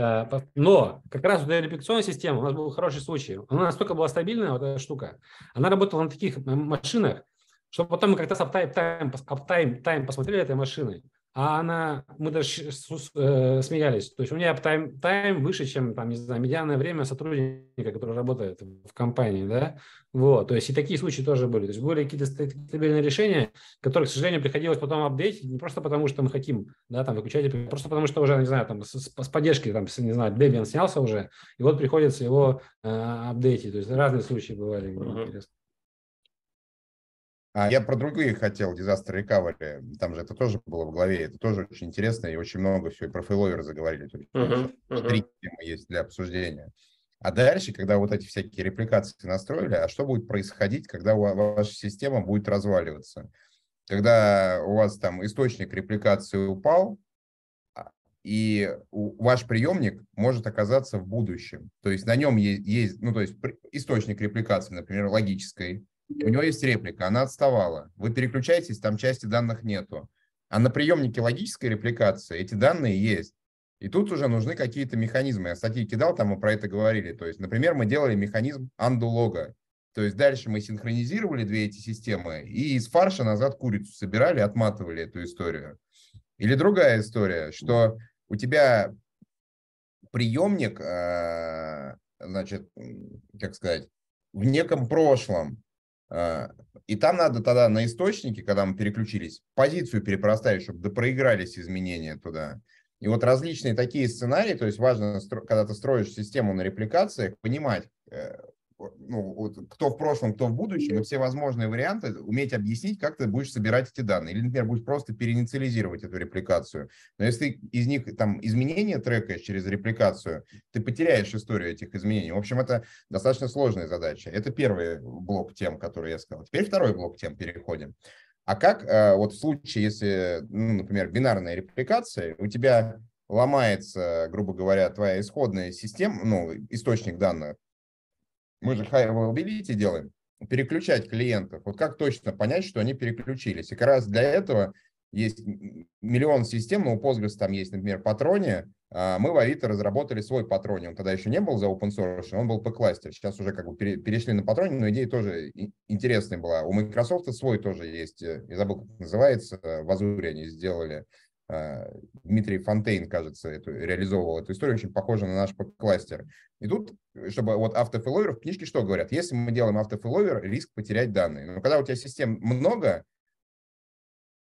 Но как раз у репетиционной системы у нас был хороший случай. Она настолько была стабильная, вот эта штука. Она работала на таких машинах, чтобы потом мы как-то аптайм, аптайм, тайм посмотрели этой машины, а она, мы даже э, смеялись. То есть у меня аптайм тайм выше, чем, там, не знаю, медианное время сотрудника, который работает в компании, да. Вот, то есть и такие случаи тоже были. То есть были какие-то стабильные решения, которые, к сожалению, приходилось потом апдейтить, не просто потому, что мы хотим, да, там, выключать, просто потому, что уже, не знаю, там, с, с поддержки, там, не знаю, Debian снялся уже, и вот приходится его э, апдейтить. То есть разные случаи бывали, uh-huh. интересно. А я про другие хотел, disaster recovery, там же это тоже было в главе, это тоже очень интересно, и очень много всего, и про фейловер заговорили, то есть uh-huh, uh-huh. три темы есть для обсуждения. А дальше, когда вот эти всякие репликации настроили, а что будет происходить, когда ваша система будет разваливаться? Когда у вас там источник репликации упал, и ваш приемник может оказаться в будущем, то есть на нем есть, есть ну то есть источник репликации, например, логической, у него есть реплика, она отставала. Вы переключаетесь, там части данных нету. А на приемнике логической репликации эти данные есть. И тут уже нужны какие-то механизмы. Я статьи кидал, там мы про это говорили. То есть, например, мы делали механизм undo лога. То есть дальше мы синхронизировали две эти системы и из фарша назад курицу собирали, отматывали эту историю. Или другая история, что у тебя приемник, значит, как сказать, в неком прошлом. И там надо тогда на источнике, когда мы переключились, позицию перепроставить, чтобы допроигрались изменения туда. И вот различные такие сценарии, то есть важно, когда ты строишь систему на репликациях, понимать, ну, кто в прошлом, кто в будущем, и все возможные варианты, уметь объяснить, как ты будешь собирать эти данные. Или, например, будешь просто переинициализировать эту репликацию. Но если ты из них там изменения трекаешь через репликацию, ты потеряешь историю этих изменений. В общем, это достаточно сложная задача. Это первый блок тем, который я сказал. Теперь второй блок тем переходим. А как вот в случае, если, ну, например, бинарная репликация, у тебя ломается, грубо говоря, твоя исходная система, ну, источник данных, мы же high availability делаем, переключать клиентов. Вот как точно понять, что они переключились? И как раз для этого есть миллион систем, но у Postgres там есть, например, Patronia. Мы в Авито разработали свой Patronia. Он тогда еще не был за open source, он был по кластеру. Сейчас уже как бы перешли на Patronia, но идея тоже интересная была. У Microsoft свой тоже есть, я забыл, как называется, в Азуре они сделали. Дмитрий Фонтейн, кажется, эту, реализовывал эту историю, очень похожа на наш кластер. И тут, чтобы вот автофейловер, в книжке что говорят? Если мы делаем автофейловер, риск потерять данные. Но когда у тебя систем много,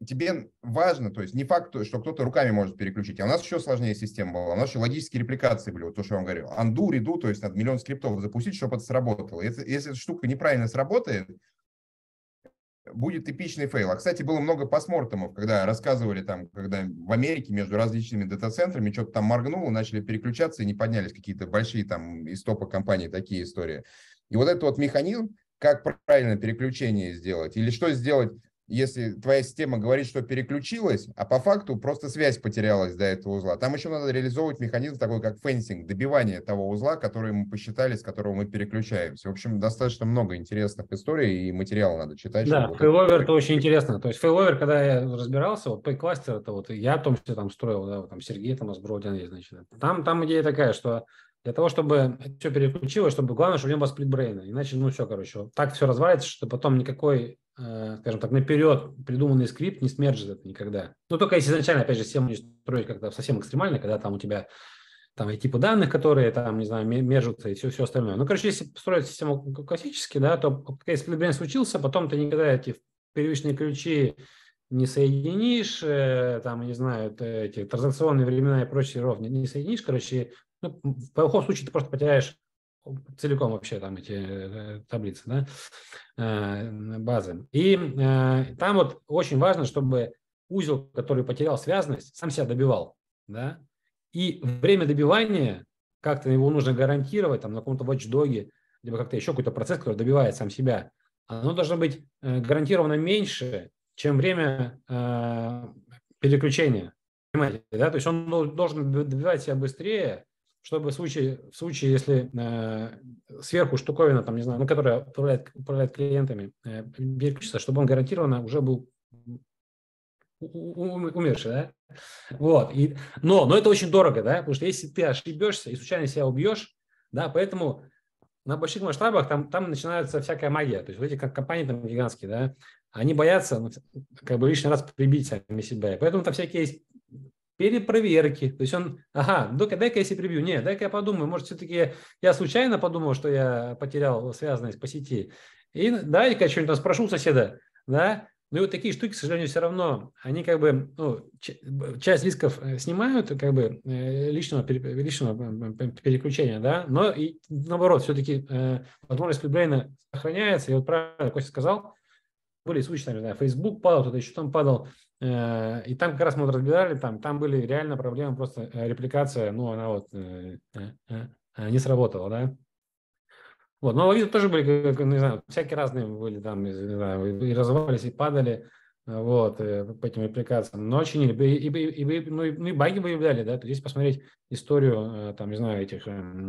тебе важно, то есть не факт, что кто-то руками может переключить, а у нас еще сложнее система была, у нас еще логические репликации были, вот то, что я вам говорю, undo, redo, то есть надо миллион скриптов запустить, чтобы это сработало. Если, если эта штука неправильно сработает, будет эпичный фейл. А, кстати, было много постмортемов, когда рассказывали там, когда в Америке между различными дата-центрами что-то там моргнуло, начали переключаться и не поднялись какие-то большие там из топа компаний такие истории. И вот этот вот механизм, как правильно переключение сделать, или что сделать, если твоя система говорит, что переключилась, а по факту просто связь потерялась до этого узла. Там еще надо реализовывать механизм такой, как фенсинг, добивание того узла, который мы посчитали, с которого мы переключаемся. В общем, достаточно много интересных историй, и материала надо читать. Да, фейловер вот это очень интересно. То есть фейловер, когда я разбирался, вот P-кластер, это вот я в том числе там строил, да, вот там Сергей там Азбродин есть, значит. Там, там идея такая, что для того, чтобы все переключилось, чтобы главное, чтобы не было сплитбрейна. Иначе, ну все, короче, вот так все развалится, что потом никакой, э, скажем так, наперед придуманный скрипт не смержит это никогда. Ну, только если изначально, опять же, систему не строить как-то совсем экстремально, когда там у тебя там и типы данных, которые там, не знаю, мержутся и все, все остальное. Ну, короче, если строить систему классически, да, то если сплитбрейн случился, потом ты никогда эти первичные ключи не соединишь, э, там, не знаю, эти транзакционные времена и прочие ровно не соединишь, короче, ну, в плохом случае ты просто потеряешь целиком вообще там эти э, таблицы, да, э, базы. И э, там вот очень важно, чтобы узел, который потерял связность, сам себя добивал, да, и время добивания, как-то его нужно гарантировать, там, на каком-то watchdog, либо как-то еще какой-то процесс, который добивает сам себя, оно должно быть э, гарантированно меньше, чем время э, переключения. Понимаете, да? То есть он должен добивать себя быстрее, чтобы в случае, в случае если э, сверху штуковина, там, не знаю, ну, которая управляет, управляет клиентами, э, переключится, чтобы он гарантированно уже был умерший, да? Вот. И, но, но это очень дорого, да, потому что если ты ошибешься и случайно себя убьешь, да, поэтому на больших масштабах там, там начинается всякая магия. То есть вот эти как компании там гигантские, да, они боятся ну, как бы лишний раз прибить сами себя. И поэтому там всякие есть перепроверки. То есть он, ага, дай-ка я себе прибью. Нет, дай-ка я подумаю, может, все-таки я случайно подумал, что я потерял связанность по сети. И дай-ка я что-нибудь там спрошу соседа, да. Ну и вот такие штуки, к сожалению, все равно, они как бы, ну, часть рисков снимают, как бы, личного, личного переключения, да, но и наоборот, все-таки э, возможность сплитбрейна сохраняется. И вот правильно Костя сказал, были случаи, там, не знаю, Facebook падал, кто-то еще там падал, э, и там как раз мы вот разбирали, там, там были реально проблемы, просто репликация, ну, она вот э, э, не сработала, да. Вот, но Авито тоже были, не знаю, всякие разные были там, не знаю, и развивались, и падали, вот, по этим репликациям, но чинили, и, и, и, ну, и, ну, и баги выявляли, да, то есть если посмотреть историю, там, не знаю, этих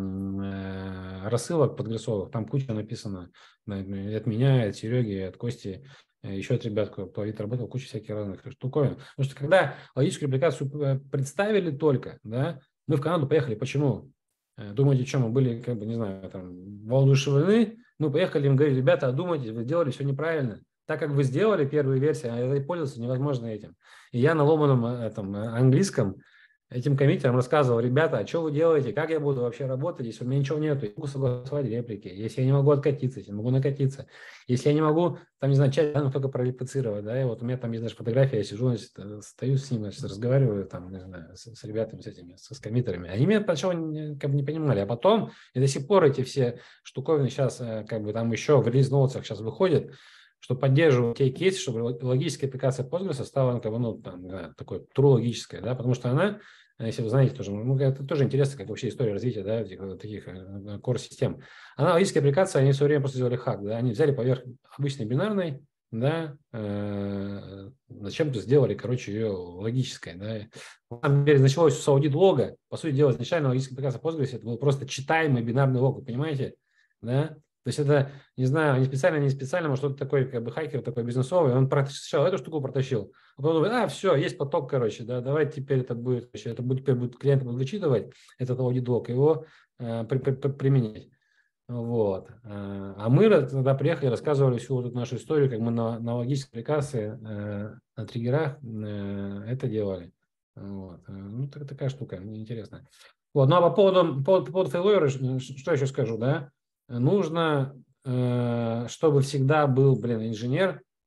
э, рассылок подгрессовых, там куча написано, от меня, от Сереги, от Кости, еще от ребят, кто по Авито работал, куча всяких разных штуковин, потому что когда логическую репликацию представили только, да, мы в Канаду поехали, почему? Думаете, что мы были, как бы, не знаю, там, воодушевлены, мы поехали, им говорили, ребята, думайте, вы сделали все неправильно. Так как вы сделали первую версию, а я пользовался невозможно этим. И я на ломаном этом, английском этим коммитерам рассказывал, ребята, а что вы делаете, как я буду вообще работать, если у меня ничего нету, я могу согласовать реплики, если я не могу откатиться, если я могу накатиться, если я не могу, там, не знаю, часть данных только прореплицировать, да, и вот у меня там есть даже фотография, я сижу, значит, стою с ним, значит, разговариваю, там, не знаю, с, с ребятами, с этими, с, с коммитерами, они меня сначала не, как бы не понимали, а потом, и до сих пор эти все штуковины сейчас, как бы, там еще в релиз-ноутсах сейчас выходят, что поддерживают те кейсы, чтобы логическая аппликация Postgres стала, как бы, ну, там, да, такой true логической, да, потому что она, если вы знаете, тоже, ну, это тоже интересно, как вообще история развития, да, этих, таких core-систем. Она, логическая аппликация, они все время просто сделали хак, да, они взяли поверх обычной бинарной, да, э, зачем-то сделали, короче, ее логической, да. На самом деле началось с аудит лога, по сути дела, изначально логическая аппликация Postgres это был просто читаемый бинарный лог, вы понимаете, да. То есть это, не знаю, не специально, не специально, может, кто-то такой, как бы, хайкер, такой бизнесовый, он сначала эту штуку протащил, а потом думает, а, все, есть поток, короче, да, давайте теперь это будет, короче, это будет, теперь будет клиент будет вычитывать этот аудит-лог, его э, при, при, при, применять. Вот. А мы тогда приехали, рассказывали всю вот эту нашу историю, как мы на, на логической аппликации, э, на триггерах э, это делали. Вот. Ну, так, такая штука, интересная. Вот. Ну, а по поводу, по, по поводу фейловера, что еще скажу, да? Нужно, чтобы всегда был, блин, инженер,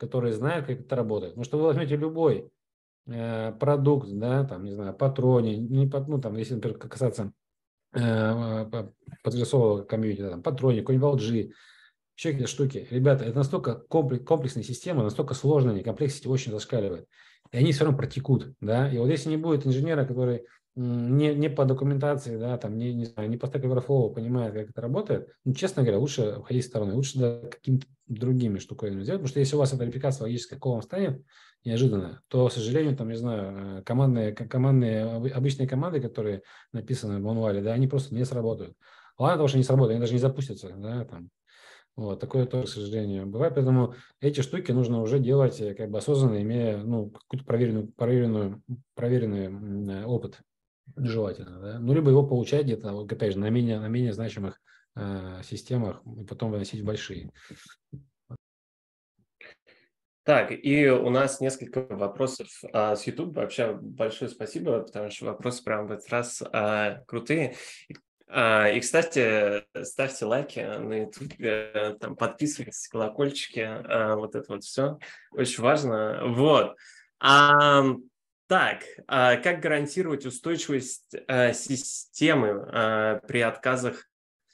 которые знают, как это работает. Потому что вы возьмете любой э, продукт, да, там, не знаю, Патроне, не, ну, там, если, например, касаться э, подвесового комьюнити, да, там, Патроне, какой-нибудь эл джи, еще какие-то штуки. Ребята, это настолько комплекс, комплексная система, настолько сложная, комплексность очень зашкаливает. И они все равно протекут, да. И вот если не будет инженера, который не, не по документации, да, там, не, не знаю, не по Stack Overflow понимает, как это работает, ну, честно говоря, лучше обходить стороной, лучше да, какими-то другими штуками сделать, потому что если у вас эта репликация логическая колом станет неожиданно, то, к сожалению, там, не знаю, командные, командные, обычные команды, которые написаны в мануале, да, они просто не сработают. Ладно того, что не сработают, они даже не запустятся, да, там. Вот, такое тоже, к сожалению, бывает. Поэтому эти штуки нужно уже делать как бы осознанно, имея ну, какой-то проверенную, проверенную, проверенный опыт, желательно. Да? Ну, либо его получать где-то, вот, опять же, на менее, на менее значимых э, системах и потом выносить в большие. Так, и у нас несколько вопросов а, с YouTube. Вообще большое спасибо, потому что вопросы прям в этот раз а, крутые. А, и, кстати, ставьте лайки на YouTube, там, подписывайтесь, колокольчики, а, вот это вот все. Очень важно. Вот. А, так, а как гарантировать устойчивость а, системы а, при отказах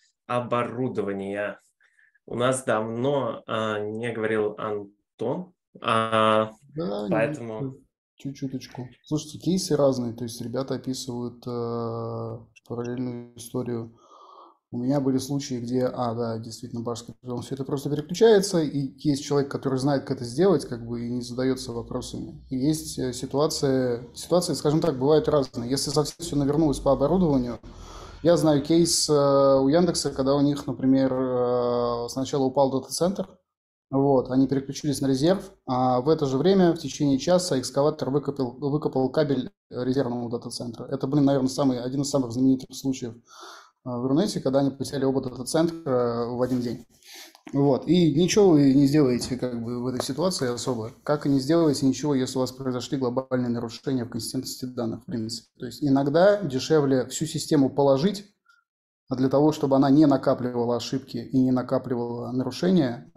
оборудования? У нас давно а, не говорил Антон, а, Да, поэтому... чуть-чуточку. Слушайте, кейсы разные, то есть ребята описывают э, параллельную историю. У меня были случаи, где, а, да, действительно, башка, все это просто переключается, и есть человек, который знает, как это сделать, как бы, и не задается вопросами. И есть ситуация, ситуации, скажем так, бывают разные. Если совсем все навернулось по оборудованию, я знаю кейс э, у Яндекса, когда у них, например, э, сначала упал дата-центр, вот, они переключились на резерв, а в это же время, в течение часа, экскаватор выкопал, выкопал кабель резервного дата-центра. Это, блин, наверное, самый, один из самых знаменитых случаев в Рунете, когда они потеряли оба дата-центра в один день. Вот. И ничего вы не сделаете как бы в этой ситуации особо. Как и не сделаете ничего, если у вас произошли глобальные нарушения в консистентности данных, в принципе. То есть иногда дешевле всю систему положить, а для того, чтобы она не накапливала ошибки и не накапливала нарушения,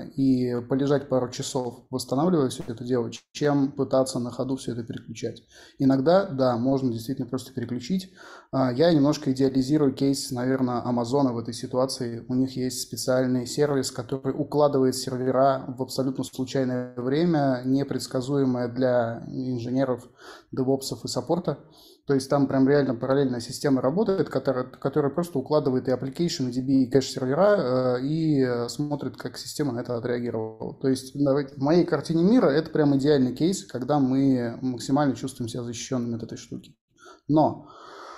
и полежать пару часов, восстанавливая все это дело, чем пытаться на ходу все это переключать. Иногда, да, можно действительно просто переключить. Я немножко идеализирую кейс, наверное, Амазона в этой ситуации. У них есть специальный сервис, который укладывает сервера в абсолютно случайное время, непредсказуемое для инженеров, девопсов и саппорта. То есть там прям реально параллельная система работает, которая, которая просто укладывает и application, и ди би, и кэш-сервера, и смотрит, как система на это отреагировала. То есть в моей картине мира это прям идеальный кейс, когда мы максимально чувствуем себя защищенными от этой штуки. Но,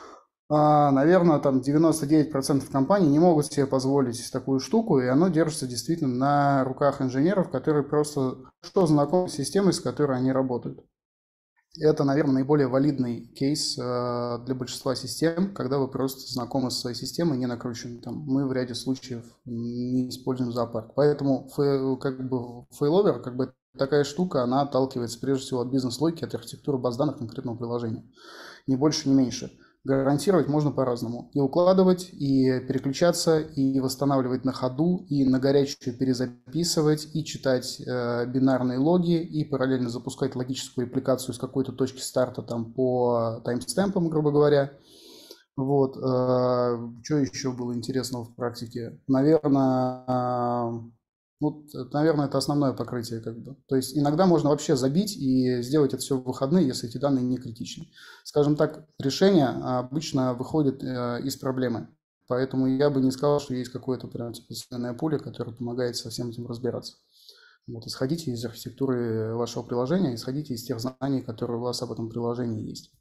наверное, там девяносто девять процентов компаний не могут себе позволить такую штуку, и оно держится действительно на руках инженеров, которые просто что знакомы с системой, с которой они работают. Это, наверное, наиболее валидный кейс э, для большинства систем, когда вы просто знакомы со своей системой, не накручены. Там, мы в ряде случаев не используем зоопарк. Поэтому фейл, как бы, фейловер, как бы такая штука, она отталкивается прежде всего от бизнес-логики, от архитектуры баз данных конкретного приложения. Ни больше, ни меньше. Гарантировать можно по-разному. И укладывать, и переключаться, и восстанавливать на ходу, и на горячую перезаписывать, и читать э, бинарные логи, и параллельно запускать логическую репликацию с какой-то точки старта там, по таймстемпам, грубо говоря. Вот. Э, что еще было интересного в практике? Наверное... Э, Вот, наверное, это основное покрытие. Как бы. То есть иногда можно вообще забить и сделать это все в выходные, если эти данные не критичны. Скажем так, решение обычно выходит из проблемы. Поэтому я бы не сказал, что есть какое-то прям специальное поле, которое помогает со всем этим разбираться. Вот, исходите из архитектуры вашего приложения, исходите из тех знаний, которые у вас об этом приложении есть.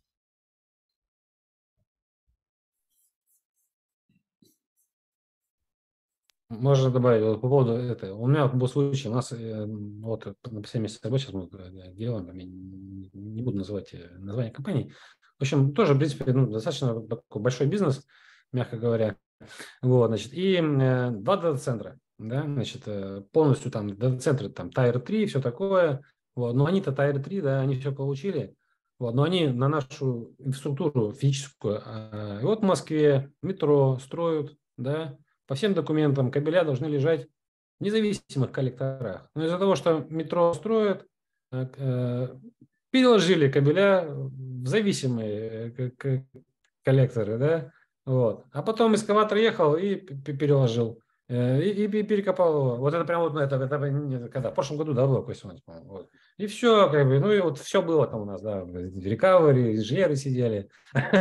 Можно добавить вот, по поводу этого. У меня был случай, у нас э, вот на семь месяцев работы сейчас мы делаем, я не, не буду называть название компании. В общем, тоже, в принципе, ну, достаточно такой большой бизнес, мягко говоря. Вот, значит, и э, два дата-центра, да, значит, э, полностью там дата-центры, там, Тайр три, все такое. Вот, но они-то Тайр три, да, они все получили. Вот, но они на нашу инфраструктуру физическую. Э, и вот в Москве метро строят, да, по всем документам кабеля должны лежать независимых коллекторах. Но из-за того, что метро строят, переложили кабеля в зависимые коллекторы, да, вот. А потом экскаватор ехал и переложил, и, и, и перекопал его. Вот это прямо вот, это, это когда? В прошлом году, да, было, вот. И все, как бы, ну и вот все было там у нас, да, рекавери, инженеры сидели,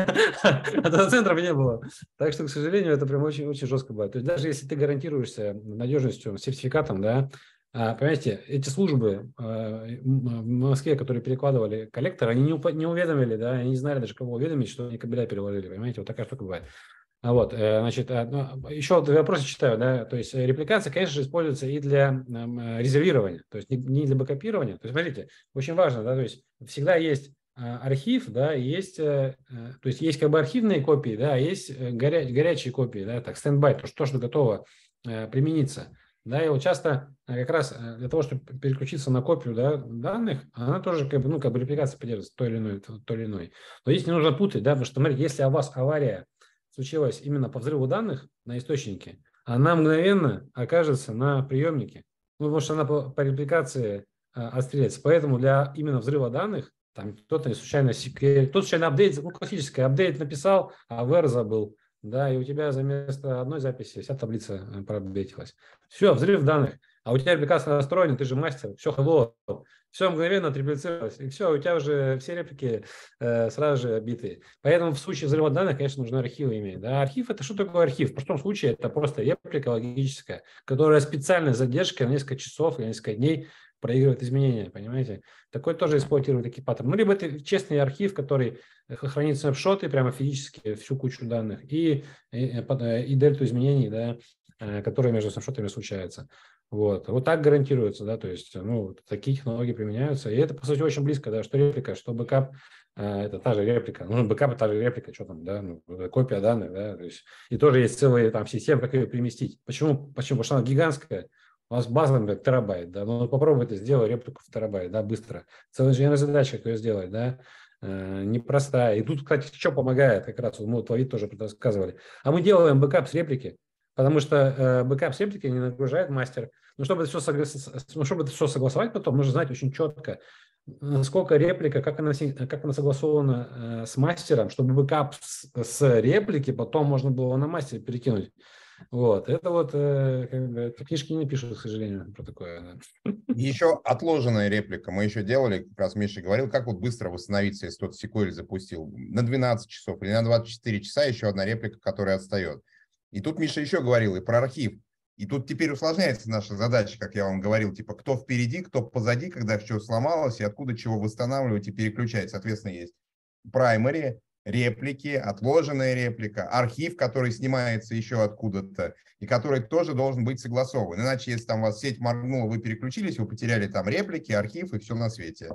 а центров не было. Так что, к сожалению, это прям очень-очень жестко бывает. То есть даже если ты гарантируешься надежностью, сертификатом, да, понимаете, эти службы в Москве, которые перекладывали коллектор, они не уведомили, да, они не знали даже, кого уведомить, что они кабеля переложили, понимаете, вот такая штука бывает. Вот, значит, еще вопросы читаю, да, то есть репликация, конечно же, используется и для резервирования, то есть не для бэкапирования. То есть, смотрите, очень важно, да, то есть всегда есть архив, да, и есть, то есть есть как бы архивные копии, да, есть горя, горячие копии, да, так, стендбай, то, что, что готово примениться. Да, и вот часто как раз для того, чтобы переключиться на копию, да, данных, она тоже как бы, ну, как бы репликация поддерживается той или иной, той или иной. Но здесь не нужно путать, да, потому что, смотрите, если у вас авария случилась именно по взрыву данных на источнике, она мгновенно окажется на приемнике, ну, потому что она по, по репликации а, отстреливается. Поэтому для именно взрыва данных там кто-то случайно секрет, кто-то случайно апдейт, ну, классическое, апдейт написал, а вэр забыл. Да, и у тебя за место одной записи вся таблица проапдейтилась. Все, взрыв данных. А у тебя репликация настроена, ты же мастер, все hello, все мгновенно триплицировалось, и все, у тебя уже все реплики э, сразу же биты. Поэтому в случае взрыва данных, конечно, нужны архивы иметь. Да? Архив – это что такое архив? В простом случае это просто реплика логическая, которая специальной задержкой на несколько часов или несколько дней проигрывает изменения, понимаете? Такой тоже эксплуатирует такие паттерны. Ну, либо это честный архив, который хранит снапшоты, прямо физически, всю кучу данных, и, и, и дельту изменений, да, которые между снапшотами случаются. Вот. Вот так гарантируется, да, то есть, ну, такие технологии применяются. И это, по сути, очень близко, да, что реплика, что бэкап, это та же реплика. Ну, бэкап – это та же реплика, что там, да, ну, копия данных, да, то есть, и тоже есть целые там системы, как ее переместить. Почему? Почему? Потому что она гигантская. У вас база, например, терабайт, да, ну попробуй это сделай, реплику в терабайт, да, быстро. Целая инженерная задача, как ее сделать, да, э, непростая. И тут, кстати, что помогает, как раз, мы вот Лавид тоже рассказывали. А мы делаем бэкап с реплики, потому что э, бэкап с реплики не нагружает мастер. Но чтобы это все, согла- ну, чтобы это все согласовать потом, нужно знать очень четко, сколько реплика, как она, как она согласована э, с мастером, чтобы бэкап с, с реплики потом можно было на мастер перекинуть. Вот, это вот э, как бы, книжки не пишут, к сожалению, про такое. Да. Еще отложенная реплика. Мы еще делали, как раз Миша говорил, как вот быстро восстановиться, если кто-то сиквель запустил. На двенадцать часов или на двадцать четыре часа еще одна реплика, которая отстает. И тут Миша еще говорил и про архив. И тут теперь усложняется наша задача, как я вам говорил, типа кто впереди, кто позади, когда все сломалось, и откуда чего восстанавливать и переключать. Соответственно, есть primary, реплики, отложенная реплика, архив, который снимается еще откуда-то, и который тоже должен быть согласован. Иначе, если там у вас сеть моргнула, вы переключились, вы потеряли там реплики, архив и все на свете.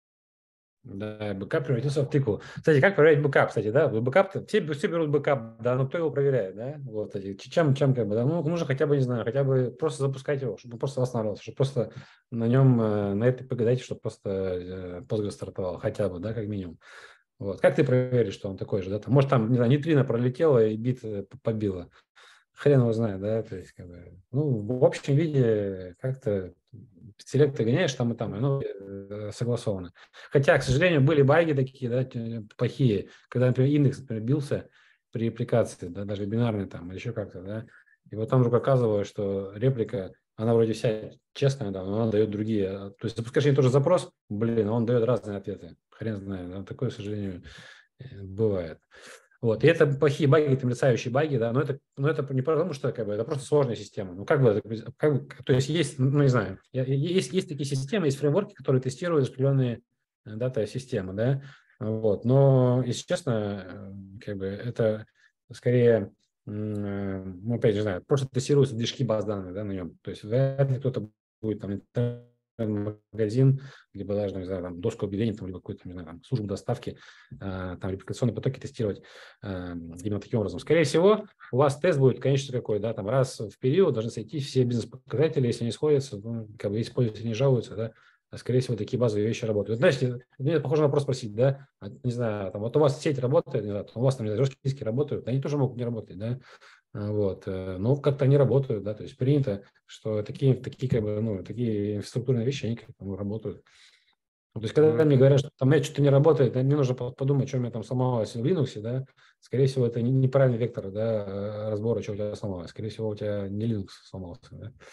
Да, бэкап превратился в тыкву. Кстати, как проверять бэкап, кстати, да? Бэкап, все, все берут бэкап, да, но кто его проверяет, да? Вот, кстати, чем, чем, как бы, да? Ну, нужно хотя бы, не знаю, хотя бы просто запускать его, чтобы он просто восстанавливался, чтобы просто на нем, на этой погодайте, чтобы просто Postgres стартовал, хотя бы, да, как минимум. Вот. Как ты проверишь, что он такой же, да? Может, там, не знаю, нейтрино пролетело и бит побило. Хрен его знает, да? То есть, как бы, ну, в общем виде как-то селекты гоняешь там и там, и оно согласовано. Хотя, к сожалению, были баги такие, да, плохие, когда, например, индекс, например, бился при репликации, да, даже бинарный там, или еще как-то, да, и вот там вдруг оказывалось, что реплика, она вроде вся честная, да, но она дает другие. То есть запускаешь не тот же запрос, блин, а он дает разные ответы. Хрен знает, да, такое, к сожалению, бывает. Вот. И это плохие баги, это мерцающие баги, да, но это, но это не потому, что как бы, это просто сложная система. Ну, как бы, как бы, то есть есть, ну, не знаю, есть, есть такие системы, есть фреймворки, которые тестируют определенные дата-системы, да, вот. Но, если честно, как бы это скорее, ну, опять же, знаю, просто тестируются движки баз данных, да, на нем. То есть вряд ли кто-то будет там магазин, либо даже, не знаю, там, доску объявлений, там, либо какую-то, не знаю, там, службу доставки, э, там, репликационные потоки тестировать э, именно таким образом. Скорее всего, у вас тест будет, конечно, какой, да, там, раз в период должны сойти все бизнес-показатели, если они сходятся, ну, как бы, если пользователи не жалуются, да, а, скорее всего, такие базовые вещи работают. Знаете, мне похоже на вопрос спросить, да, не знаю, там, вот у вас сеть работает, не знаю, у вас там, не знаю, жесткие диски работают, они тоже могут не работать, да, Вот. Но как-то они работают, да, то есть принято, что такие, такие, как бы, ну, такие инфраструктурные вещи, они как-то ну, работают. То есть, когда mm-hmm. мне говорят, что там у меня что-то не работает, мне нужно подумать, что у меня там сломалось в Linux, да, скорее всего, это неправильный вектор, да, разбора, что у тебя сломалось. Скорее всего, у тебя не Linux сломался,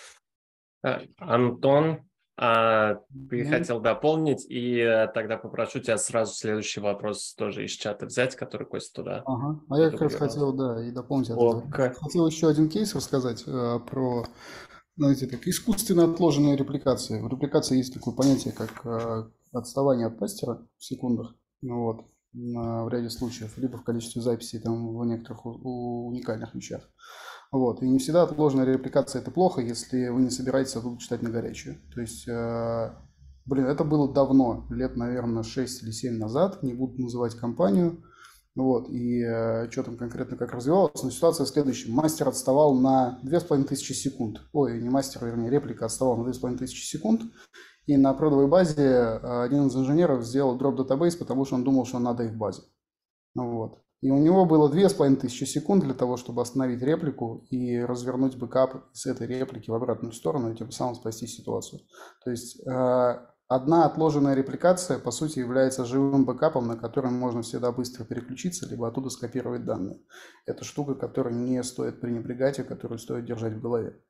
да. Антон, а, ты Ну, хотел дополнить, и тогда попрошу тебя сразу следующий вопрос тоже из чата взять, который Костя туда. Ага. А я как раз хотел, да, и дополнить это. Ок. Хотел еще один кейс рассказать э, про, знаете, так, искусственно отложенные репликации. В репликации есть такое понятие, как э, отставание от мастера в секундах, ну, вот, на, в ряде случаев, либо в количестве записей там в некоторых у, у уникальных вещах. Вот. И не всегда отложенная репликация это плохо, если вы не собираетесь оттуда читать на горячую. То есть, э, блин, это было давно, лет, наверное, шесть или семь назад, не буду называть компанию. Вот. И э, что там конкретно как развивалось, но ситуация следующая. Мастер отставал на две с половиной тысячи секунд. Ой, не мастер, вернее, реплика отставала на две с половиной тысячи секунд. И на продовой базе э, один из инженеров сделал дроп-датабейс, потому что он думал, что надо их в базе. Вот. И у него было две с половиной тысячи секунд для того, чтобы остановить реплику и развернуть бэкап с этой реплики в обратную сторону и тем самым спасти ситуацию. То есть э, одна отложенная репликация, по сути, является живым бэкапом, на который можно всегда быстро переключиться, либо оттуда скопировать данные. Это штука, которую не стоит пренебрегать и которую стоит держать в голове.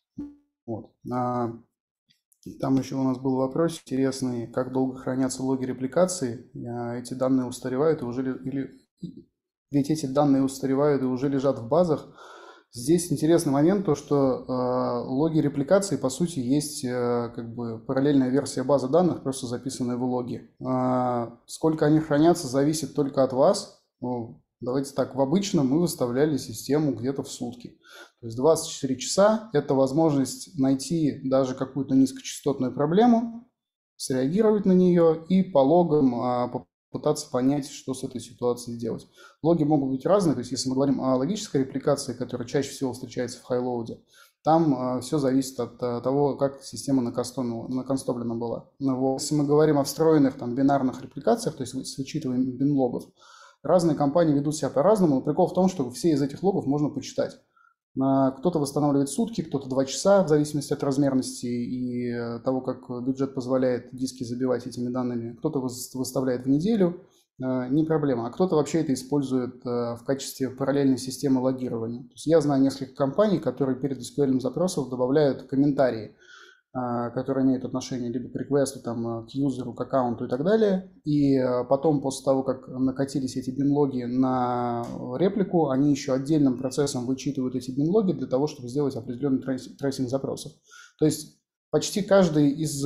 Вот. А, там еще у нас был вопрос интересный, как долго хранятся логи репликации. А, эти данные устаревают и уже или ведь эти данные устаревают и уже лежат в базах. Здесь интересный момент, то что э, логи репликации, по сути, есть э, как бы параллельная версия базы данных, просто записанная в логи. Э, сколько они хранятся, зависит только от вас. Ну, давайте так, в обычном мы выставляли систему где-то в сутки. То есть двадцать четыре часа – это возможность найти даже какую-то низкочастотную проблему, среагировать на нее и по логам э, пытаться понять, что с этой ситуацией делать. Логи могут быть разные, то есть если мы говорим о логической репликации, которая чаще всего встречается в хайлоуде, там э, все зависит от э, того, как система наконстовлена была. Но вот, если мы говорим о встроенных там, бинарных репликациях, то есть с вычитыванием бинлогов, разные компании ведут себя по-разному, но прикол в том, что все из этих логов можно почитать. Кто-то восстанавливает сутки, кто-то два часа, в зависимости от размерности и того, как бюджет позволяет диски забивать этими данными. Кто-то выставляет в неделю, не проблема. А кто-то вообще это использует в качестве параллельной системы логирования. То есть я знаю несколько компаний, которые перед эс ку эль запросов добавляют комментарии, которые имеют отношение либо к реквесту, там, к юзеру, к аккаунту и так далее. И потом, после того, как накатились эти бинлоги на реплику, они еще отдельным процессом вычитывают эти бинлоги для того, чтобы сделать определенный трейсинг запросов. То есть почти каждый из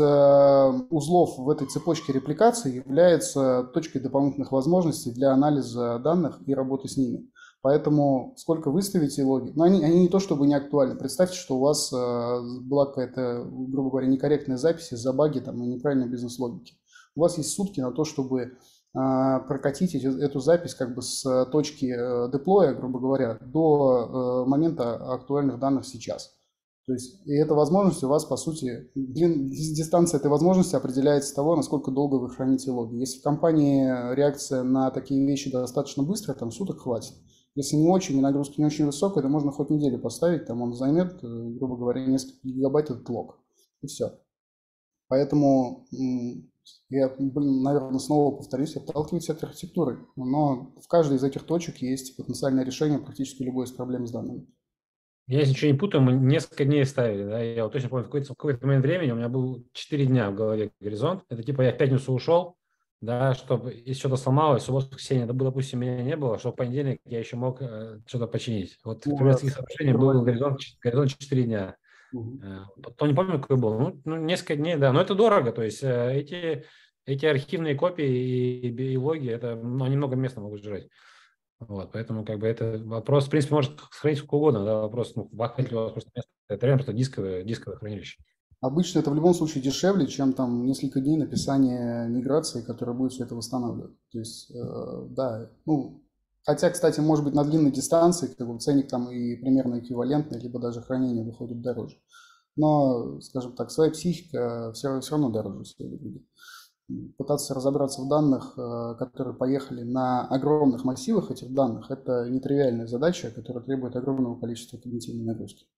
узлов в этой цепочке репликации является точкой дополнительных возможностей для анализа данных и работы с ними. Поэтому сколько выставите логи, но они, они не то чтобы не актуальны. Представьте, что у вас э, была какая-то, грубо говоря, некорректная запись из-за баги там, и неправильной бизнес-логики. У вас есть сутки на то, чтобы э, прокатить эти, эту запись как бы с точки э, деплоя, грубо говоря, до э, момента актуальных данных сейчас. То есть, и эта возможность у вас, по сути, длин, дистанция этой возможности определяется с того, насколько долго вы храните логи. Если в компании реакция на такие вещи достаточно быстрая, там суток хватит. Если не очень, и нагрузка не очень высокая, то можно хоть неделю поставить, там он займет, грубо говоря, несколько гигабайт этот лог. И все. Поэтому я, блин, наверное, снова повторюсь, отталкиваюсь от архитектуры. Но в каждой из этих точек есть потенциальное решение практически любой из проблем с данными. Я, если ничего не путаю, мы несколько дней ставили. Да? Я вот точно помню, в какой-то, в какой-то момент времени у меня был четыре дня в голове горизонт. Это типа я в пятницу ушел, да, чтобы если что-то сломалось, в субботу, воскресенье, допустим, меня не было, чтобы в понедельник я еще мог э, что-то починить. Вот в таких сообщениях был горизонт, горизонт четыре дня. Угу. Потом не помню, какой был. Ну, ну, несколько дней, да. Но это дорого. То есть э, эти, эти архивные копии и, и, и логи, это, ну, они много места могут жрать. Вот, поэтому как бы это вопрос, в принципе, может хранить сколько угодно. Да? Вопрос, ну, хватит ли у вас просто места. Это реально просто дисковое, дисковое хранилище. Обычно это в любом случае дешевле, чем там несколько дней написания миграции, которая будет все это восстанавливать. То есть, э, да, ну, хотя, кстати, может быть, на длинной дистанции как бы, ценник там и примерно эквивалентный, либо даже хранение выходит дороже. Но, скажем так, своя психика все, все равно дороже стоит будет. пытаться разобраться в данных, которые поехали на огромных массивах этих данных, это нетривиальная задача, которая требует огромного количества когнитивной нагрузки.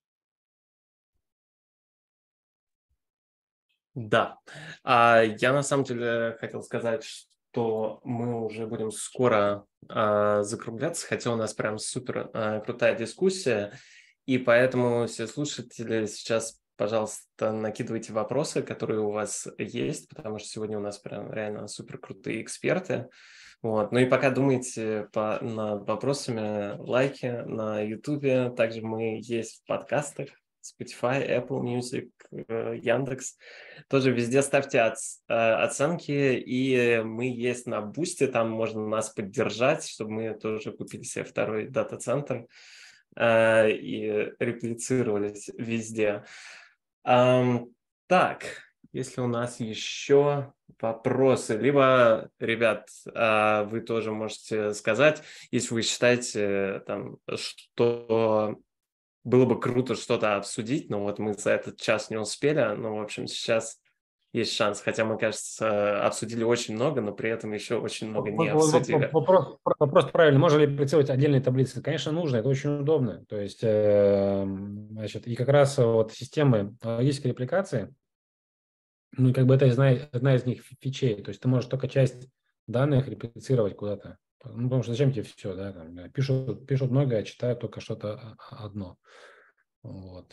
Да. А я на самом деле хотел сказать, что мы уже будем скоро а, закругляться, хотя у нас прям супер а, крутая дискуссия, и поэтому все слушатели сейчас, пожалуйста, накидывайте вопросы, которые у вас есть, потому что сегодня у нас прям реально супер крутые эксперты. Вот. Ну и пока думаете по, над вопросами, лайки на YouTube, также мы есть в подкастах, Spotify, Apple Music, Яндекс. Тоже везде ставьте оц, оценки, и мы есть на Бусти, там можно нас поддержать, чтобы мы тоже купили себе второй дата-центр и реплицировались везде. Так, если у нас еще вопросы, либо, ребят, вы тоже можете сказать, если вы считаете, там, что было бы круто что-то обсудить, но вот мы за этот час не успели, но, в общем, сейчас есть шанс, хотя мы, кажется, обсудили очень много, но при этом еще очень много не обсудили. Вопрос, вопрос правильный. Можно ли реплицировать отдельные таблицы? Конечно, нужно, это очень удобно. То есть, значит, и как раз вот системы логической репликации, ну, как бы это одна, одна из них фичей. То есть ты можешь только часть данных реплицировать куда-то. Ну, потому что зачем тебе все, да? Там, пишут, пишут много, а читают только что-то одно. Вот.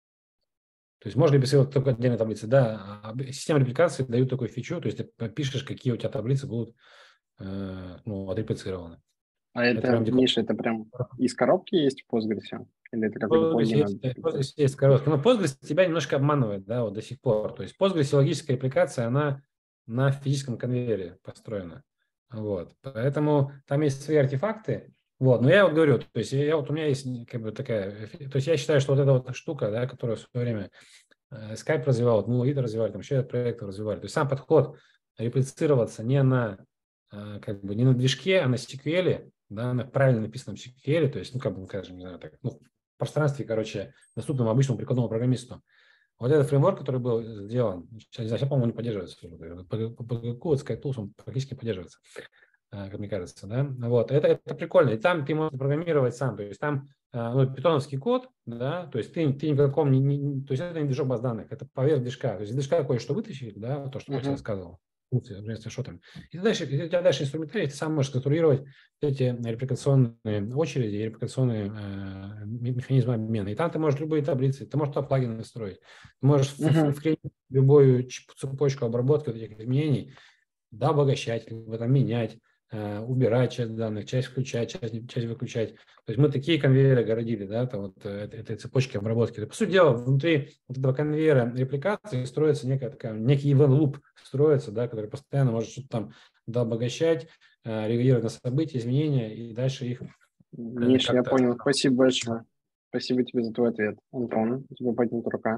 То есть можно реплицировать только отдельные таблицы. Да, система репликации дают такую фичу, то есть ты пишешь, какие у тебя таблицы будут э, ну, отреплицированы. А это, это Миша, это прям из коробки есть в Postgres? Или это какой-то плагин? Есть, Postgres есть коробка. Но Postgres тебя немножко обманывает, да, вот до сих пор. То есть Postgres логическая репликация, она на физическом конвейере построена. Вот. Поэтому там есть свои артефакты. Вот. Но я вот говорю, то есть я, вот у меня есть как бы такая, то есть я считаю, что вот эта вот штука, да, которую в свое время Skype развивал, вот MoonLead развивали, там еще проекты развивали. То есть сам подход реплицироваться не на как бы не на движке, а на эс кью эль, да, на правильно написанном эс кью эль, то есть, ну, как бы, скажем, не знаю, так, ну, в пространстве, короче, доступном обычному прикладному программисту. Вот этот фреймворк, который был сделан, сейчас, не знаю, сейчас, по-моему, не поддерживается. По ГКУ, SkyTools, он практически поддерживается, как мне кажется, да. Вот, это, это прикольно. И там ты можешь программировать сам, то есть там ну, питоновский код, да, то есть ты, ты никаком, не, не, то есть это не движок баз данных, это поверх движка. То есть из движка кое-что вытащили, да, то, что uh-huh. я рассказывал. Функции, что там. И дальше, у тебя дальше инструментарий, ты сам можешь конструировать эти репликационные очереди, репликационные э, механизмы обмена. И там ты можешь любые таблицы, ты можешь туда плагины настроить, ты можешь uh-huh. вклеить любую цепочку обработки вот этих изменений, да, обогащать, либо там менять, э, убирать часть данных, часть включать, часть, часть выключать. То есть мы такие конвейеры городили, да, то вот этой, этой цепочки обработки. По сути дела, внутри вот этого конвейера репликации строится некая такая, некий event loop строится, да, который постоянно может что-то там дообогащать, э, реагировать на события, изменения и дальше их... Миша, я понял. Спасибо большое. Спасибо тебе за твой ответ. Антон, у тебя поднята рука.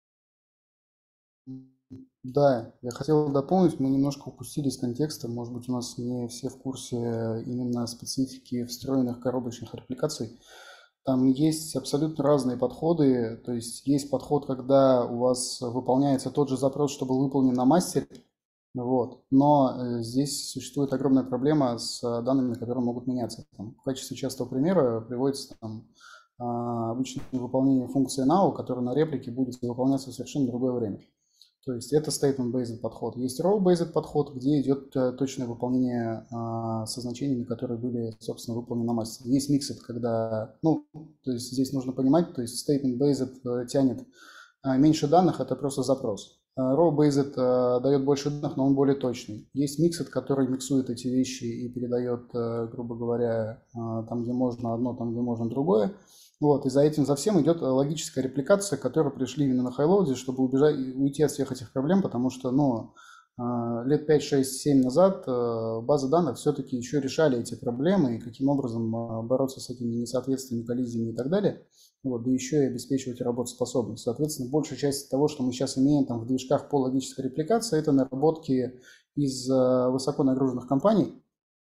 Да, я хотел дополнить, мы немножко упустили из контекста, может быть, у нас не все в курсе именно специфики встроенных коробочных репликаций. Там есть абсолютно разные подходы, то есть есть подход, когда у вас выполняется тот же запрос, что был выполнен на мастере, вот, но здесь существует огромная проблема с данными, которые могут меняться. Там, в качестве частого примера приводится там, обычное выполнение функции now, которая на реплике будет выполняться в совершенно другое время. То есть это statement-based подход. Есть row-based подход, где идет точное выполнение а, со значениями, которые были, собственно, выполнены на мастере. Есть mixed, когда, ну, то есть здесь нужно понимать, то есть statement-based тянет а, меньше данных, это просто запрос. Row-based а, дает больше данных, но он более точный. Есть mixed, который миксует эти вещи и передает, а, грубо говоря, а, там, где можно одно, там, где можно другое. Вот, и за этим, за всем идет логическая репликация, к которой пришли именно на хайлоуде, чтобы убежать, уйти от всех этих проблем, потому что, ну, лет пять, шесть, семь назад базы данных все-таки еще решали эти проблемы, и каким образом бороться с этими несоответствиями, коллизиями и так далее, вот, да еще и обеспечивать работоспособность. Соответственно, большая часть того, что мы сейчас имеем там в движках по логической репликации, это наработки из высоко нагруженных компаний.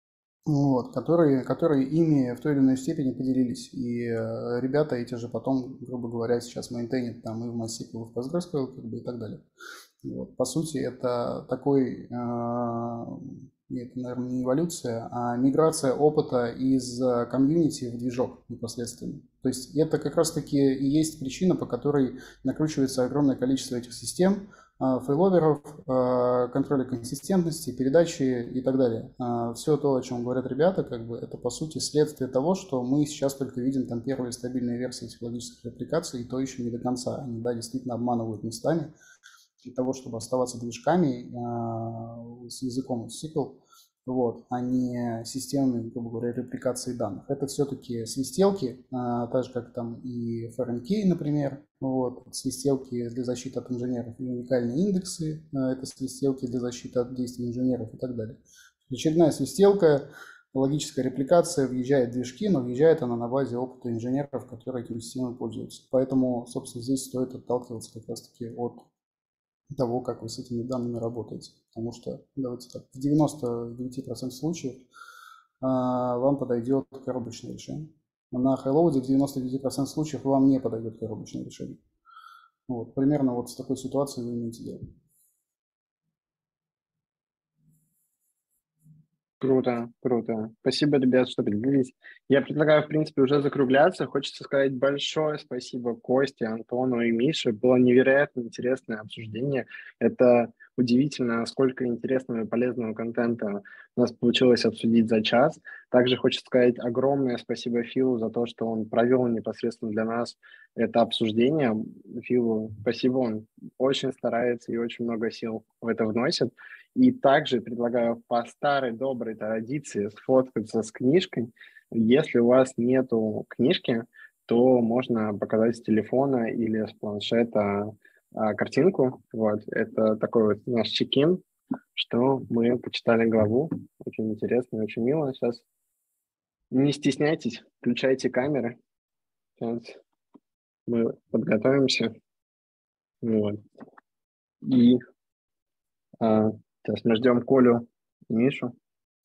вот, которые, которые ими в той или иной степени поделились. И э, ребята эти же потом, грубо говоря, сейчас мейнтейнят там и в MySQL, и в PostgreSQL, как бы, и так далее. Вот. По сути, это такой, э, это, наверное, не эволюция, а миграция опыта из комьюнити в движок непосредственно. То есть это как раз-таки и есть причина, по которой накручивается огромное количество этих систем, фейловеров, контроля консистентности, передачи и так далее. Все то, о чем говорят ребята, как бы, это по сути следствие того, что мы сейчас только видим там первые стабильные версии психологических аппликаций, и то еще не до конца. Они, да, действительно обманывают местами для того, чтобы оставаться движками с языком эс кью эль, вот, а не системами, грубо говоря, репликации данных. Это все-таки свистелки, а, так же, как там и эф эр эм кей, например, вот, свистелки для защиты от инженеров, и уникальные индексы, а, это свистелки для защиты от действий инженеров и так далее. Очередная свистелка, логическая репликация, въезжает в движки, но въезжает она на базе опыта инженеров, которые этим системой пользуются. Поэтому, собственно, здесь стоит отталкиваться как раз-таки от того, как вы с этими данными работаете. Потому что, давайте так, в девяноста девяти процентах случаев а, вам подойдет коробочное решение. На хайлоуде в девяноста девяти процентах случаев вам не подойдет коробочное решение. Вот, примерно вот с такой ситуацией вы имеете дело. Круто, круто. Спасибо, ребят, что поделились. Я предлагаю, в принципе, уже закругляться. Хочется сказать большое спасибо Косте, Антону и Мише. Было невероятно интересное обсуждение. Это удивительно, сколько интересного и полезного контента у нас получилось обсудить за час. Также хочется сказать огромное спасибо Филу за то, что он провел непосредственно для нас это обсуждение. Филу спасибо, он очень старается и очень много сил в это вносит. И также предлагаю по старой доброй традиции сфоткаться с книжкой. Если у вас нету книжки, то можно показать с телефона или с планшета а, картинку. Вот. Это такой вот наш чекин, что мы почитали главу. Очень интересно и очень мило. Сейчас не стесняйтесь, включайте камеры. Сейчас мы подготовимся. Вот. И а, сейчас мы ждем Колю и Мишу.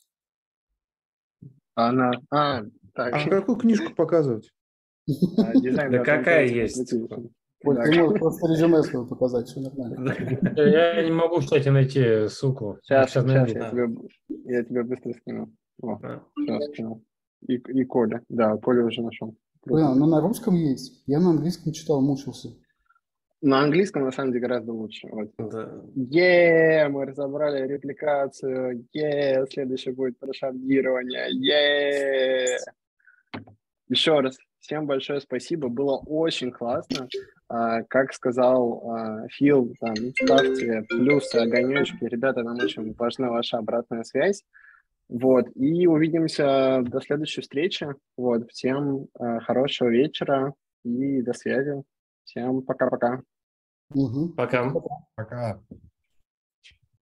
Она... А, так. А какую книжку показывать? А, дизайн Да Data какая Intensive есть? Application. Коль, Да. ты можешь просто резюме свое показать, все нормально. Я не могу в чате найти ссылку. Сейчас, Сейчас сейчас найду. я тебе, я тебе быстро скину. О, А. сейчас скину. И, и Коля. Да, Коля уже нашел. Круто. Блин, ну на русском есть. Я на английском читал, мучился. На английском, на самом деле, гораздо лучше. Вот. Да. Е, мы разобрали репликацию. Е, следующее будет про шардирование. Е. Еще раз, всем большое спасибо. Было очень классно. А, как сказал а, Фил, там, ставьте плюсы, огонечки. Ребята, нам очень важна ваша обратная связь. Вот. И увидимся до следующей встречи. Вот. Всем а, хорошего вечера и до связи. Всем пока-пока. Угу. Пока. Пока.